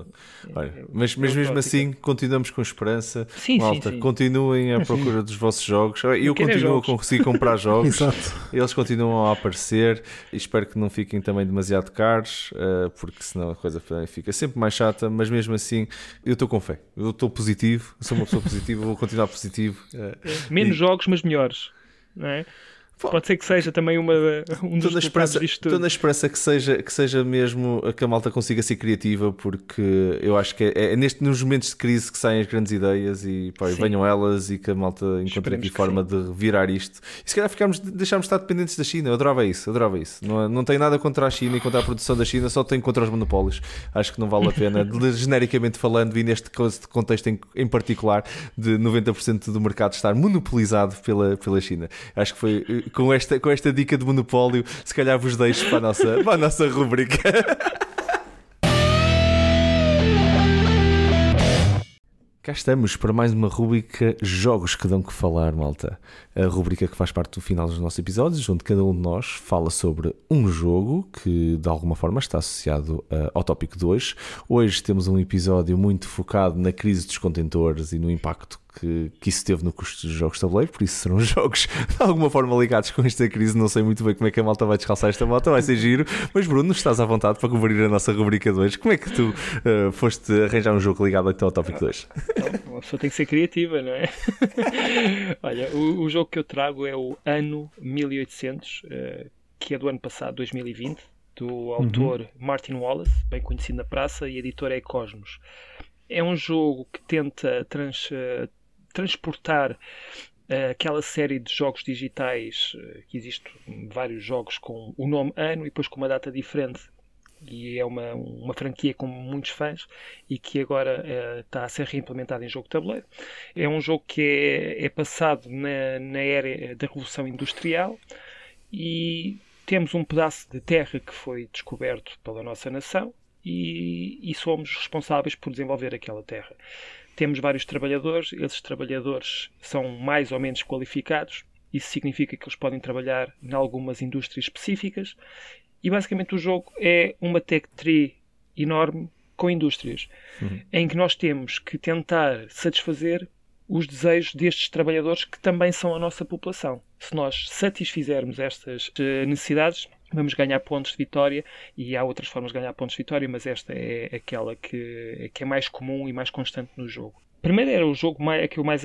Olha, mas mesmo assim continuamos com esperança. Malta, sim. Continuem à procura dos vossos jogos. Eu continuo a conseguir comprar jogos. Exato. Eles continuam a aparecer e espero que não fiquem também demasiado caros, porque senão a coisa fica sempre mais chata. Mas mesmo assim eu estou com fé, eu estou positivo, sou uma pessoa positiva, vou continuar positivo. Menos jogos, mas melhores, não é? Pode ser que seja também um dos resultados disto tudo. Estou na esperança que seja mesmo que a malta consiga ser criativa, porque eu acho que é nos momentos de crise que saem as grandes ideias e venham elas e que a malta encontre aqui forma de virar isto. E se calhar deixámos de estar dependentes da China. Eu adorava isso. Não tenho nada contra a China e contra a produção da China, só tenho contra os monopólios. Acho que não vale a pena, genericamente falando, e neste contexto em particular, de 90% do mercado estar monopolizado pela China. Acho que foi com esta dica de monopólio, se calhar vos deixo para a nossa rubrica. Cá estamos para mais uma rubrica Jogos que dão que falar, malta. A rubrica que faz parte do final dos nossos episódios, onde cada um de nós fala sobre um jogo que de alguma forma está associado ao tópico de hoje. Hoje temos um episódio muito focado na crise dos contentores e no impacto que isso teve no custo dos jogos de tabuleiro, por isso serão jogos de alguma forma ligados com esta crise. Não sei muito bem como é que a malta vai descalçar esta moto, vai ser giro. Mas Bruno, estás à vontade para cobrir a nossa rubrica 2. Como é que tu foste arranjar um jogo ligado ao tópico 2? Então, a pessoa tem que ser criativa, não é? Olha, o jogo que eu trago é o Anno 1800, que é do ano passado, 2020, do autor Martin Wallace, bem conhecido na praça, e a editora é Cosmos. É um jogo que tenta transportar aquela série de jogos digitais, que existem vários jogos com o nome Anno e depois com uma data diferente, e é uma franquia com muitos fãs e que agora está a ser reimplementada em jogo de tabuleiro. É um jogo que é passado na era da Revolução Industrial e temos um pedaço de terra que foi descoberto pela nossa nação e somos responsáveis por desenvolver aquela terra. Temos vários trabalhadores, esses trabalhadores são mais ou menos qualificados, isso significa que eles podem trabalhar em algumas indústrias específicas e basicamente o jogo é uma tech tree enorme com indústrias, em que nós temos que tentar satisfazer os desejos destes trabalhadores que também são a nossa população. Se nós satisfizermos estas necessidades, vamos ganhar pontos de vitória, e há outras formas de ganhar pontos de vitória, mas esta é aquela que é mais comum e mais constante no jogo. Primeiro era o jogo que eu mais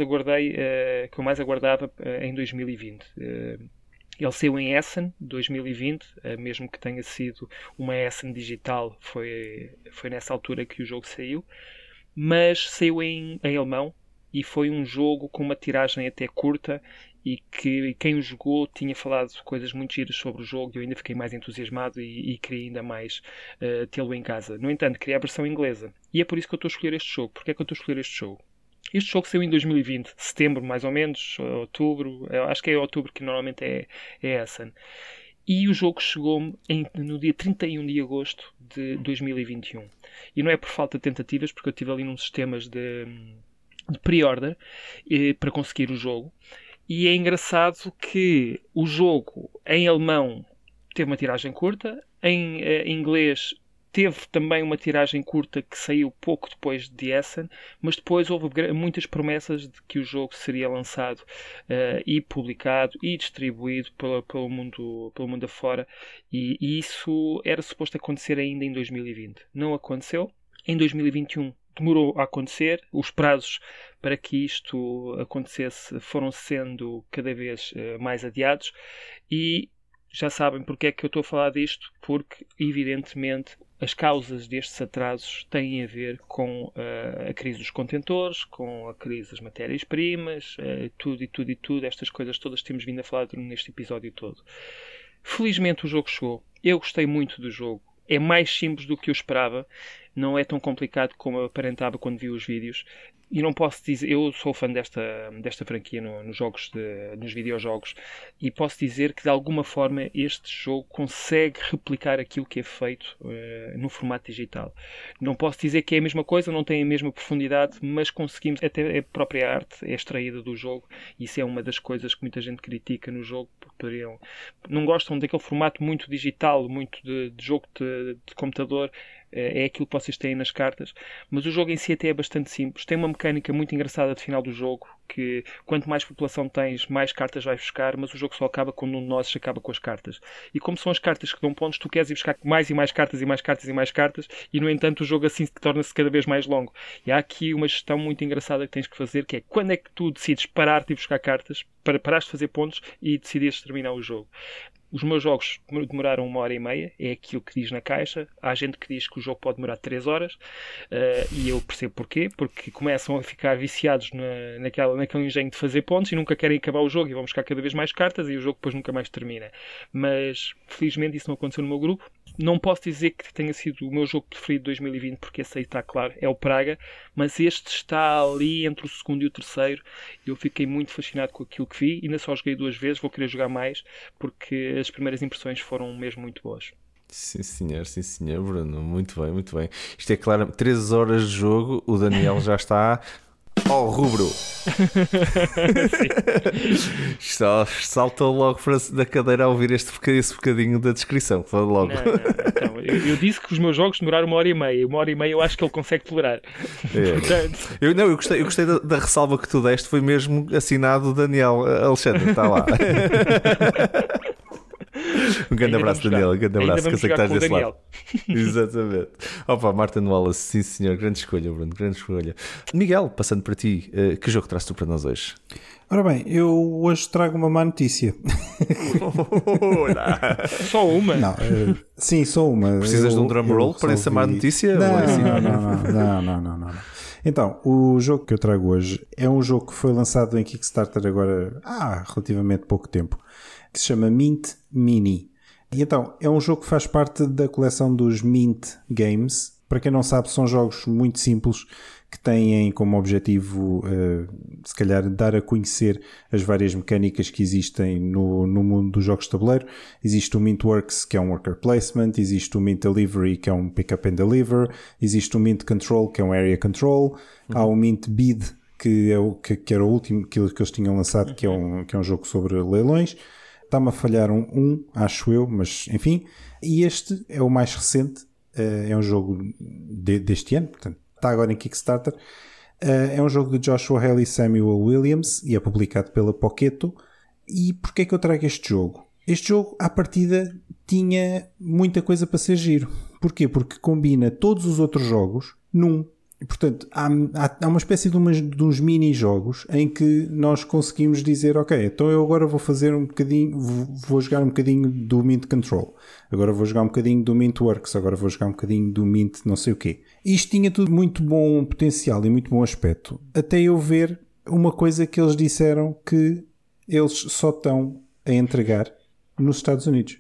aguardava em 2020. Ele saiu em Essen 2020, mesmo que tenha sido uma Essen digital, foi nessa altura que o jogo saiu, mas saiu em alemão e foi um jogo com uma tiragem até curta e que quem o jogou tinha falado coisas muito giras sobre o jogo e eu ainda fiquei mais entusiasmado e queria ainda mais tê-lo em casa. No entanto, queria a versão inglesa e é por isso que eu estou a escolher este jogo. Porquê é que eu estou a escolher este jogo? Este jogo saiu em 2020, setembro mais ou menos, outubro, acho que é outubro que normalmente é Essen. E o jogo chegou-me no dia 31 de agosto de 2021. E não é por falta de tentativas, porque eu estive ali nos sistemas de pre-order para conseguir o jogo. E é engraçado que o jogo em alemão teve uma tiragem curta, em inglês teve também uma tiragem curta que saiu pouco depois de Essen, mas depois houve muitas promessas de que o jogo seria lançado e publicado e distribuído pelo mundo afora, e isso era suposto acontecer ainda em 2020. Não aconteceu. Em 2021 demorou a acontecer, os prazos para que isto acontecesse foram sendo cada vez mais adiados e já sabem porque é que eu estou a falar disto, porque evidentemente as causas destes atrasos têm a ver com a crise dos contentores, com a crise das matérias-primas, tudo, estas coisas todas que temos vindo a falar neste episódio todo. Felizmente o jogo chegou, eu gostei muito do jogo, é mais simples do que eu esperava, não é tão complicado como eu aparentava quando vi os vídeos. E não posso dizer, eu sou fã desta franquia nos videojogos, e posso dizer que de alguma forma este jogo consegue replicar aquilo que é feito no formato digital. Não posso dizer que é a mesma coisa, não tem a mesma profundidade, mas conseguimos, até a própria arte é extraída do jogo, e isso é uma das coisas que muita gente critica no jogo, porque não gostam daquele formato muito digital, muito de jogo de computador. É aquilo que vocês têm nas cartas, mas o jogo em si até é bastante simples. Tem uma mecânica muito engraçada de final do jogo, que quanto mais população tens, mais cartas vais buscar, mas o jogo só acaba quando um de nós acaba com as cartas. E como são as cartas que dão pontos, tu queres ir buscar mais e mais cartas e mais cartas e mais cartas, e no entanto o jogo assim torna-se cada vez mais longo. E há aqui uma gestão muito engraçada que tens que fazer, que é quando é que tu decides parar-te e buscar cartas, para parares de fazer pontos e decidires terminar o jogo. Os meus jogos demoraram 1h30, é aquilo que diz na caixa. Há gente que diz que o jogo pode demorar 3 horas, e eu percebo porquê, porque começam a ficar viciados naquele engenho de fazer pontos e nunca querem acabar o jogo e vão buscar cada vez mais cartas e o jogo depois nunca mais termina. Mas felizmente isso não aconteceu no meu grupo. Não posso dizer que tenha sido o meu jogo preferido de 2020, porque esse aí está claro, é o Praga, mas este está ali entre o segundo e o terceiro. Eu fiquei muito fascinado com aquilo que vi, ainda só joguei 2 vezes, vou querer jogar mais, porque as primeiras impressões foram mesmo muito boas. Sim senhor, Bruno, muito bem. Isto é claro, 3 horas de jogo, o Daniel já está ao rubro. Só saltou logo da cadeira a ouvir esse bocadinho da descrição. Foi logo. Não. Então, eu disse que os meus jogos demoraram 1h30. 1h30 eu acho que ele consegue tolerar. Portanto... Eu gostei da ressalva que tu deste. Foi mesmo assinado Daniel Alexandre. Está lá. Um grande abraço, Daniel. Um grande abraço, que eu sei que estás desse lado. Exatamente. Opa, Martin Wallace, sim senhor. Grande escolha, Bruno. Grande escolha. Miguel, passando para ti, que jogo traz tu para nós hoje? Ora bem, eu hoje trago uma má notícia. Só uma? Não, sim, só uma. Precisas de um drum roll para essa má notícia? Não. Então, o jogo que eu trago hoje é um jogo que foi lançado em Kickstarter agora há relativamente pouco tempo, que se chama Mint Mini. E então, é um jogo que faz parte da coleção dos Mint Games. Para quem não sabe, são jogos muito simples que têm como objetivo, se calhar, dar a conhecer as várias mecânicas que existem no mundo dos jogos de tabuleiro. Existe o Mintworks, que é um worker placement. Existe o Mint Delivery, que é um pick up and deliver. Existe o Mint Control, que é um area control. Há o Mint Bid, que era o último que eles tinham lançado, que é um jogo sobre leilões. Está-me a falhar acho eu, mas enfim. E este é o mais recente, é um jogo deste ano, portanto, está agora em Kickstarter. É um jogo de Joshua Hale e Samuel Williams e é publicado pela Poketo. E porquê é que eu trago este jogo? Este jogo, à partida, tinha muita coisa para ser giro. Porquê? Porque combina todos os outros jogos num. Portanto, há uma espécie de uns mini-jogos em que nós conseguimos dizer, ok, então eu agora vou fazer vou jogar um bocadinho do Mint Control, agora vou jogar um bocadinho do Mint Works, agora vou jogar um bocadinho do Mint não sei o quê. Isto tinha tudo muito bom potencial e muito bom aspecto, até eu ver uma coisa que eles disseram que eles só estão a entregar nos Estados Unidos.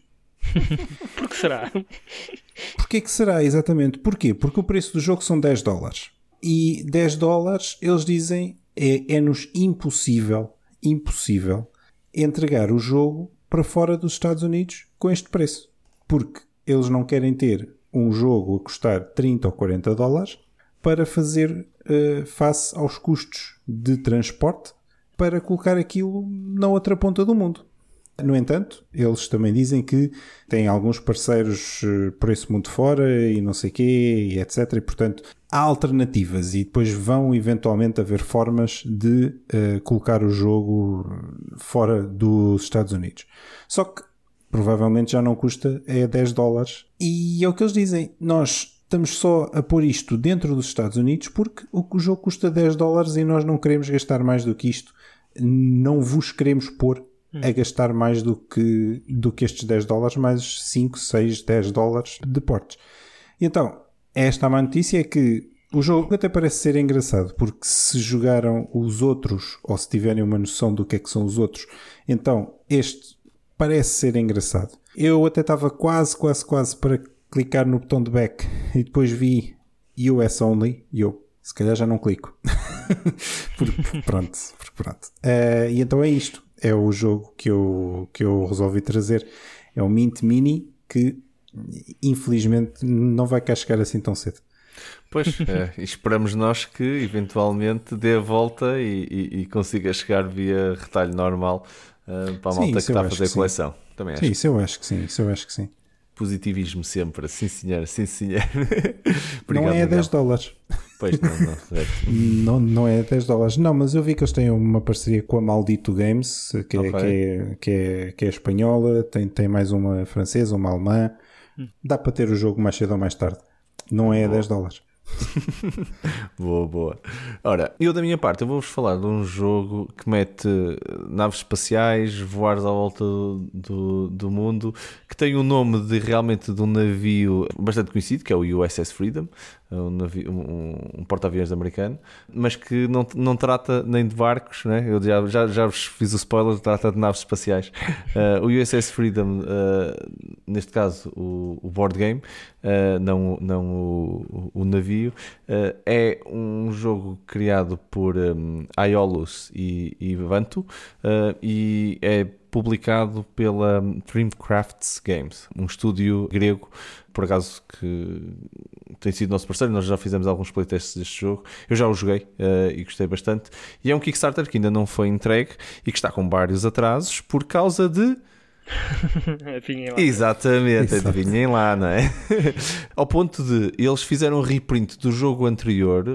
Por que será? Porquê que será, exatamente? Porquê? Porque o preço do jogo são $10. E $10, eles dizem, é-nos impossível entregar o jogo para fora dos Estados Unidos com este preço. Porque eles não querem ter um jogo a custar $30 ou $40 para fazer face aos custos de transporte para colocar aquilo na outra ponta do mundo. No entanto, eles também dizem que têm alguns parceiros por esse mundo fora e não sei o quê, e etc. E, portanto, há alternativas e depois vão eventualmente haver formas de colocar o jogo fora dos Estados Unidos. Só que provavelmente já não custa $10. E é o que eles dizem. Nós estamos só a pôr isto dentro dos Estados Unidos porque o jogo custa $10 e nós não queremos gastar mais do que isto. Não vos queremos pôr a gastar mais do que estes $10, mais 5, 6, $10 de portes. E então, esta má notícia é que o jogo até parece ser engraçado, porque se jogaram os outros, ou se tiverem uma noção do que é que são os outros, então este parece ser engraçado. Eu até estava quase para clicar no botão de back e depois vi US only e eu, se calhar já não clico. porque pronto. E então é isto. É o jogo que eu resolvi trazer. É o Mint Mini, que infelizmente não vai cá chegar assim tão cedo. Pois, esperamos nós que eventualmente dê a volta e consiga chegar via retalho normal para a malta que está a fazer a coleção. Também acho. Isso eu acho que sim. Positivismo sempre, sim senhor. Não é $10. Pois não é $10. Não, mas eu vi que eles têm uma parceria com a Maldito Games, que é espanhola, tem mais uma francesa, uma alemã. Dá para ter o jogo mais cedo ou mais tarde. Não é $10. Boa. Ora, eu da minha parte, eu vou-vos falar de um jogo que mete naves espaciais, voares à volta do mundo, que tem o nome realmente de um navio bastante conhecido, que é o USS Freedom, um porta-aviões americano, mas que não trata nem de barcos, né? Eu já vos fiz o spoiler, trata de naves espaciais. O USS Freedom, neste caso o board game, não o navio, é um jogo criado por Aiolos e Vanto, e é publicado pela Dreamcrafts Games, um estúdio grego, por acaso, que tem sido nosso parceiro, nós já fizemos alguns playtests deste jogo, eu já o joguei e gostei bastante, e é um Kickstarter que ainda não foi entregue e que está com vários atrasos por causa de... Adivinhem lá. Exatamente, adivinhem lá, não é? Ao ponto de eles fizeram um reprint do jogo anterior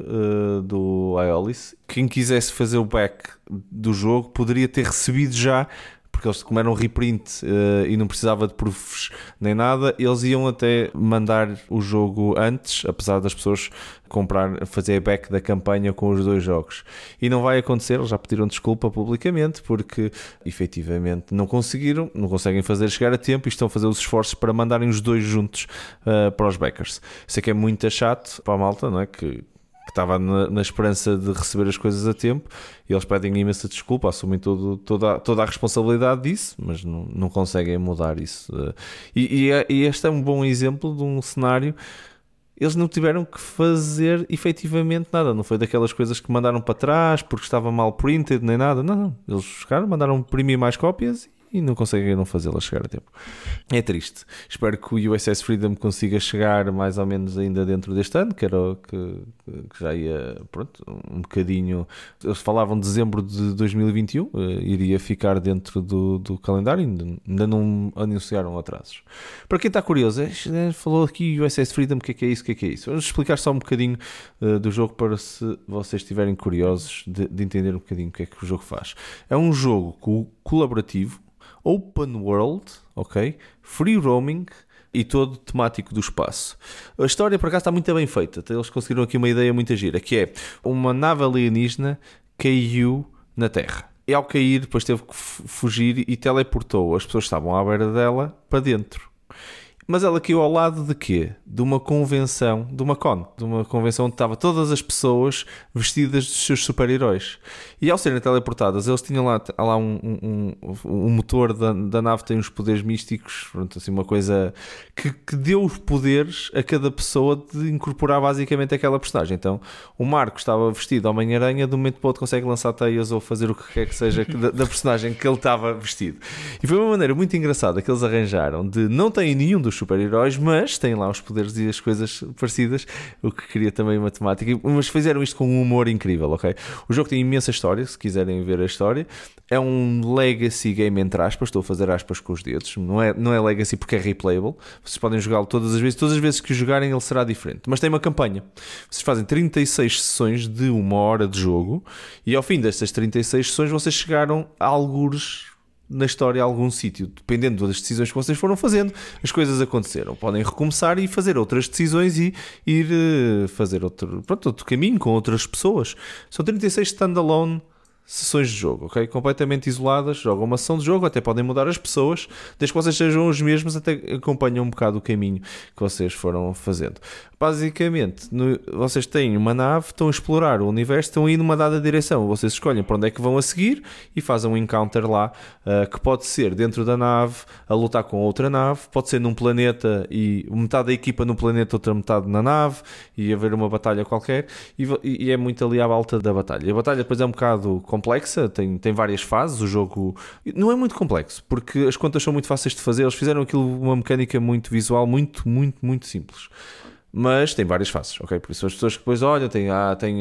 do Aeolis. Quem quisesse fazer o back do jogo poderia ter recebido já, porque eles, como eram reprint e não precisava de proofs nem nada, eles iam até mandar o jogo antes, apesar das pessoas fazer a back da campanha com os 2 jogos. E não vai acontecer, eles já pediram desculpa publicamente, porque efetivamente não conseguem fazer chegar a tempo e estão a fazer os esforços para mandarem os 2 juntos para os backers. Sei que é muito chato para a malta, não é? Que estava na esperança de receber as coisas a tempo, e eles pedem imensa desculpa, assumem toda a responsabilidade disso, mas não conseguem mudar isso. E este é um bom exemplo de um cenário. Eles não tiveram que fazer efetivamente nada, não foi daquelas coisas que mandaram para trás porque estava mal printed nem nada, não. Eles chegaram, mandaram imprimir mais cópias e não conseguiram fazê-las chegar a tempo. É triste. Espero que o USS Freedom consiga chegar mais ou menos ainda dentro deste ano, que era o que já ia, pronto, um bocadinho... Eles falavam de dezembro de 2021, iria ficar dentro do calendário, ainda não anunciaram atrasos. Para quem está curioso, falou aqui USS Freedom, o que é isso, Vamos explicar só um bocadinho do jogo para se vocês estiverem curiosos de entender um bocadinho o que é que o jogo faz. É um jogo colaborativo, open world, ok? Free roaming e todo temático do espaço. A história, por acaso, está muito bem feita. Eles conseguiram aqui uma ideia muito gira, que é uma nave alienígena caiu na Terra. E ao cair, depois teve que fugir e teleportou as pessoas que estavam à beira dela para dentro. Mas ela caiu ao lado de quê? De uma convenção, de uma convenção onde estavam todas as pessoas vestidas dos seus super-heróis. E ao serem teleportadas, eles tinham lá um motor da nave, tem uns poderes místicos, pronto, assim, uma coisa que deu os poderes a cada pessoa de incorporar basicamente aquela personagem. Então, o Marco estava vestido Homem-Aranha, de um momento para o outro consegue lançar teias ou fazer o que quer que seja da personagem que ele estava vestido. E foi uma maneira muito engraçada que eles arranjaram de não têm nenhum dos super-heróis, mas têm lá os poderes e as coisas parecidas, o que cria também uma temática, mas fizeram isto com um humor incrível, ok? O jogo tem imensa história, se quiserem ver a história. É um legacy game, entre aspas, estou a fazer aspas com os dedos, não é legacy porque é replayable, vocês podem jogá-lo todas as vezes que o jogarem ele será diferente, mas tem uma campanha. Vocês fazem 36 sessões de 1 hora de jogo e ao fim destas 36 sessões vocês chegaram a algures na história a algum sítio, dependendo das decisões que vocês foram fazendo, as coisas aconteceram. Podem recomeçar e fazer outras decisões e ir fazer outro caminho com outras pessoas. São 36 standalone sessões de jogo, ok? Completamente isoladas, jogam uma sessão de jogo, até podem mudar as pessoas, desde que vocês sejam os mesmos, até acompanham um bocado o caminho que vocês foram fazendo. Basicamente, vocês têm uma nave, estão a explorar o universo, estão a ir numa dada direção, vocês escolhem para onde é que vão a seguir e fazem um encounter lá, que pode ser dentro da nave, a lutar com outra nave, pode ser num planeta e metade da equipa no planeta, outra metade na nave, e haver uma batalha qualquer, e é muito ali à volta da batalha. A batalha depois é um bocado complexa, tem várias fases, o jogo não é muito complexo, porque as contas são muito fáceis de fazer, eles fizeram aquilo uma mecânica muito visual, muito, muito, muito simples. Mas tem várias faces, ok? Por isso as pessoas que depois olham, tem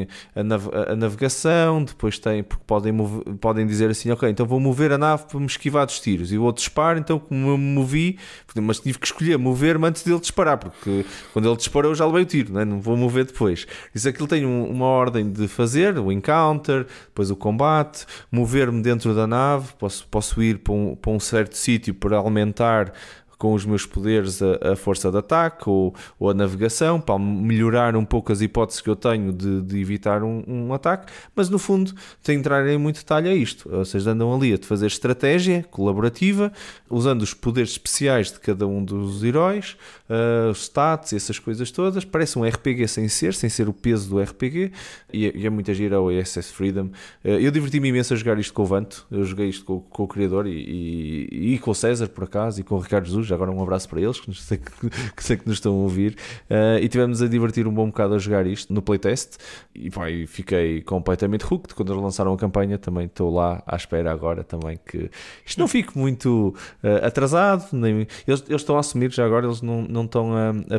a navegação, depois porque podem dizer assim, ok, então vou mover a nave para me esquivar dos tiros, e o outro dispara, então como eu me movi, mas tive que escolher mover-me antes dele disparar, porque quando ele disparou eu já levei o tiro, não vou mover depois. Isso aquilo tem uma ordem de fazer, o encounter, depois o combate, mover-me dentro da nave, posso ir para um certo sítio para aumentar com os meus poderes a força de ataque ou a navegação, para melhorar um pouco as hipóteses que eu tenho de evitar um ataque, mas no fundo, sem entrar em muito detalhe, é isto. Vocês andam ali a fazer estratégia colaborativa, usando os poderes especiais de cada um dos heróis, os stats e essas coisas todas. Parece um RPG sem ser o peso do RPG, e é muita gira o USS Freedom. Eu diverti-me imenso a jogar isto com o Vanto, eu joguei isto com o criador e com o César, por acaso, e com o Ricardo Jesus. Agora um abraço para eles, que sei que nos estão a ouvir, e tivemos a divertir um bom bocado a jogar isto no playtest, e fiquei completamente hooked. Quando eles lançaram a campanha também estou lá à espera agora também que isto não fique muito atrasado, eles estão a assumir já agora, eles não não estão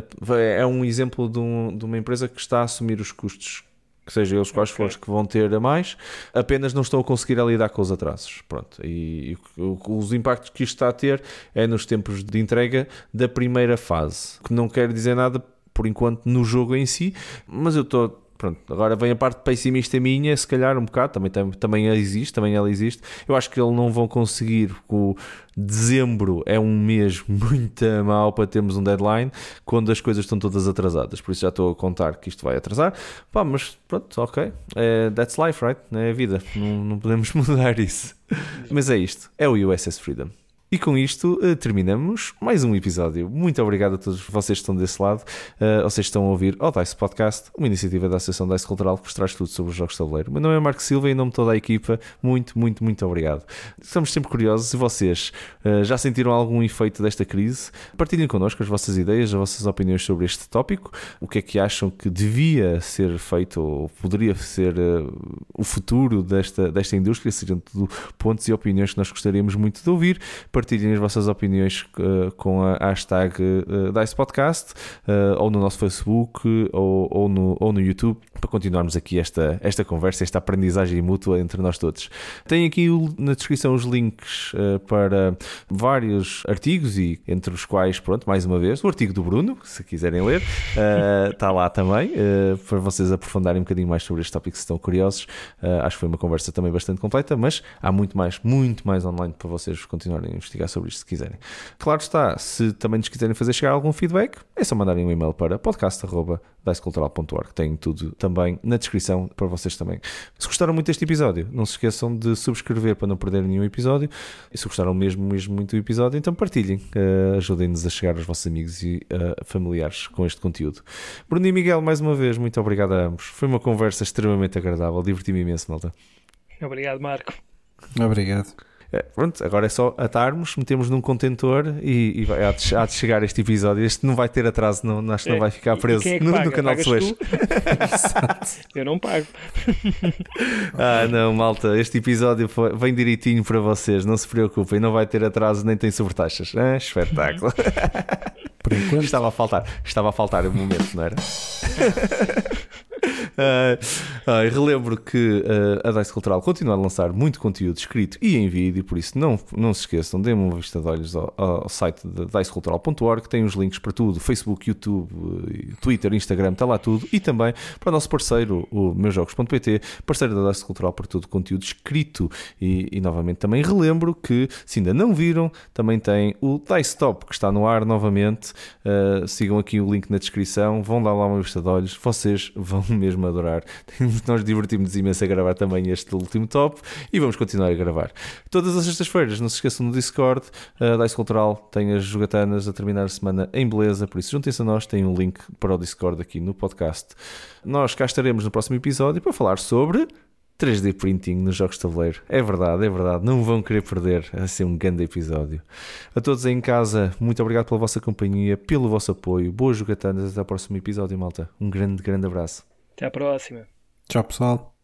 é um exemplo de uma empresa que está a assumir os custos, que seja eles quais forem que vão ter a mais, apenas não estão a conseguir lidar com os atrasos. Pronto. E os impactos que isto está a ter é nos tempos de entrega da primeira fase, que não quer dizer nada por enquanto no jogo em si, mas eu estou... Pronto, agora vem a parte pessimista minha, se calhar um bocado, também ela existe. Eu acho que eles não vão conseguir, o dezembro é um mês muito mau para termos um deadline, quando as coisas estão todas atrasadas, por isso já estou a contar que isto vai atrasar. Pá, mas pronto, ok, that's life, right? É a vida, não podemos mudar isso. Mas é isto, é o USS Freedom. E com isto terminamos mais um episódio. Muito obrigado a todos vocês que estão desse lado. Vocês estão a ouvir o DICE Podcast, uma iniciativa da Associação DICE Cultural que vos traz tudo sobre os jogos de tabuleiro. Meu nome é Marco Silva e em nome de toda a equipa, muito obrigado. Estamos sempre curiosos. Se vocês já sentiram algum efeito desta crise, partilhem connosco as vossas ideias, as vossas opiniões sobre este tópico. O que é que acham que devia ser feito ou poderia ser o futuro desta indústria? Sejam tudo pontos e opiniões que nós gostaríamos muito de ouvir. Partilhem as vossas opiniões com a hashtag DICE Podcast ou no nosso Facebook ou no YouTube, para continuarmos aqui esta conversa, esta aprendizagem mútua entre nós todos. Tem aqui na descrição os links para vários artigos e entre os quais, pronto, mais uma vez, o artigo do Bruno, se quiserem ler, está lá também, para vocês aprofundarem um bocadinho mais sobre este tópico se estão curiosos. Acho que foi uma conversa também bastante completa, mas há muito mais online para vocês continuarem a investigar sobre isto se quiserem. Claro está, se também nos quiserem fazer chegar algum feedback, é só mandarem um e-mail para podcast@dicecultural.org. Tem tudo também na descrição para vocês também. Se gostaram muito deste episódio, não se esqueçam de subscrever para não perderem nenhum episódio. E se gostaram mesmo muito do episódio, então partilhem. Ajudem-nos a chegar aos vossos amigos e familiares com este conteúdo. Bruno e Miguel, mais uma vez, muito obrigado a ambos. Foi uma conversa extremamente agradável. Diverti-me imenso, malta. Obrigado, Marco. Obrigado. Pronto, agora é só atarmos, metemos num contentor e há de chegar este episódio. Este não vai ter atraso, acho que não vai ficar preso no canal de Suez. Eu não pago. Não, malta, este episódio vem direitinho para vocês, não se preocupem, não vai ter atraso nem tem sobretaxas. Espetáculo. Por enquanto estava a faltar um momento, não era? Relembro que a DICE Cultural continua a lançar muito conteúdo escrito e em vídeo, por isso não se esqueçam, deem uma vista de olhos ao site de dicecultural.org, que tem os links para tudo, Facebook, YouTube, Twitter, Instagram, está lá tudo, e também para o nosso parceiro, o meusjogos.pt, parceiro da DICE Cultural para todo o conteúdo escrito. E novamente também relembro que, se ainda não viram, também tem o DICE Top, que está no ar novamente. Sigam aqui o link na descrição, vão dar lá uma vista de olhos, vocês vão mesmo adorar. Nós divertimos imenso a gravar também este último top e vamos continuar a gravar. Todas as sextas-feiras, não se esqueçam no Discord, a DICE Cultural tem as jogatanas a terminar a semana em beleza, por isso juntem-se a nós, tem um link para o Discord aqui no podcast. Nós cá estaremos no próximo episódio para falar sobre 3D Printing nos jogos de tabuleiro. É verdade, não vão querer perder. Vai ser um grande episódio. A todos aí em casa, muito obrigado pela vossa companhia, pelo vosso apoio. Boas jogatanas, até ao próximo episódio, malta. Um grande abraço. Até à próxima. Tchau, pessoal.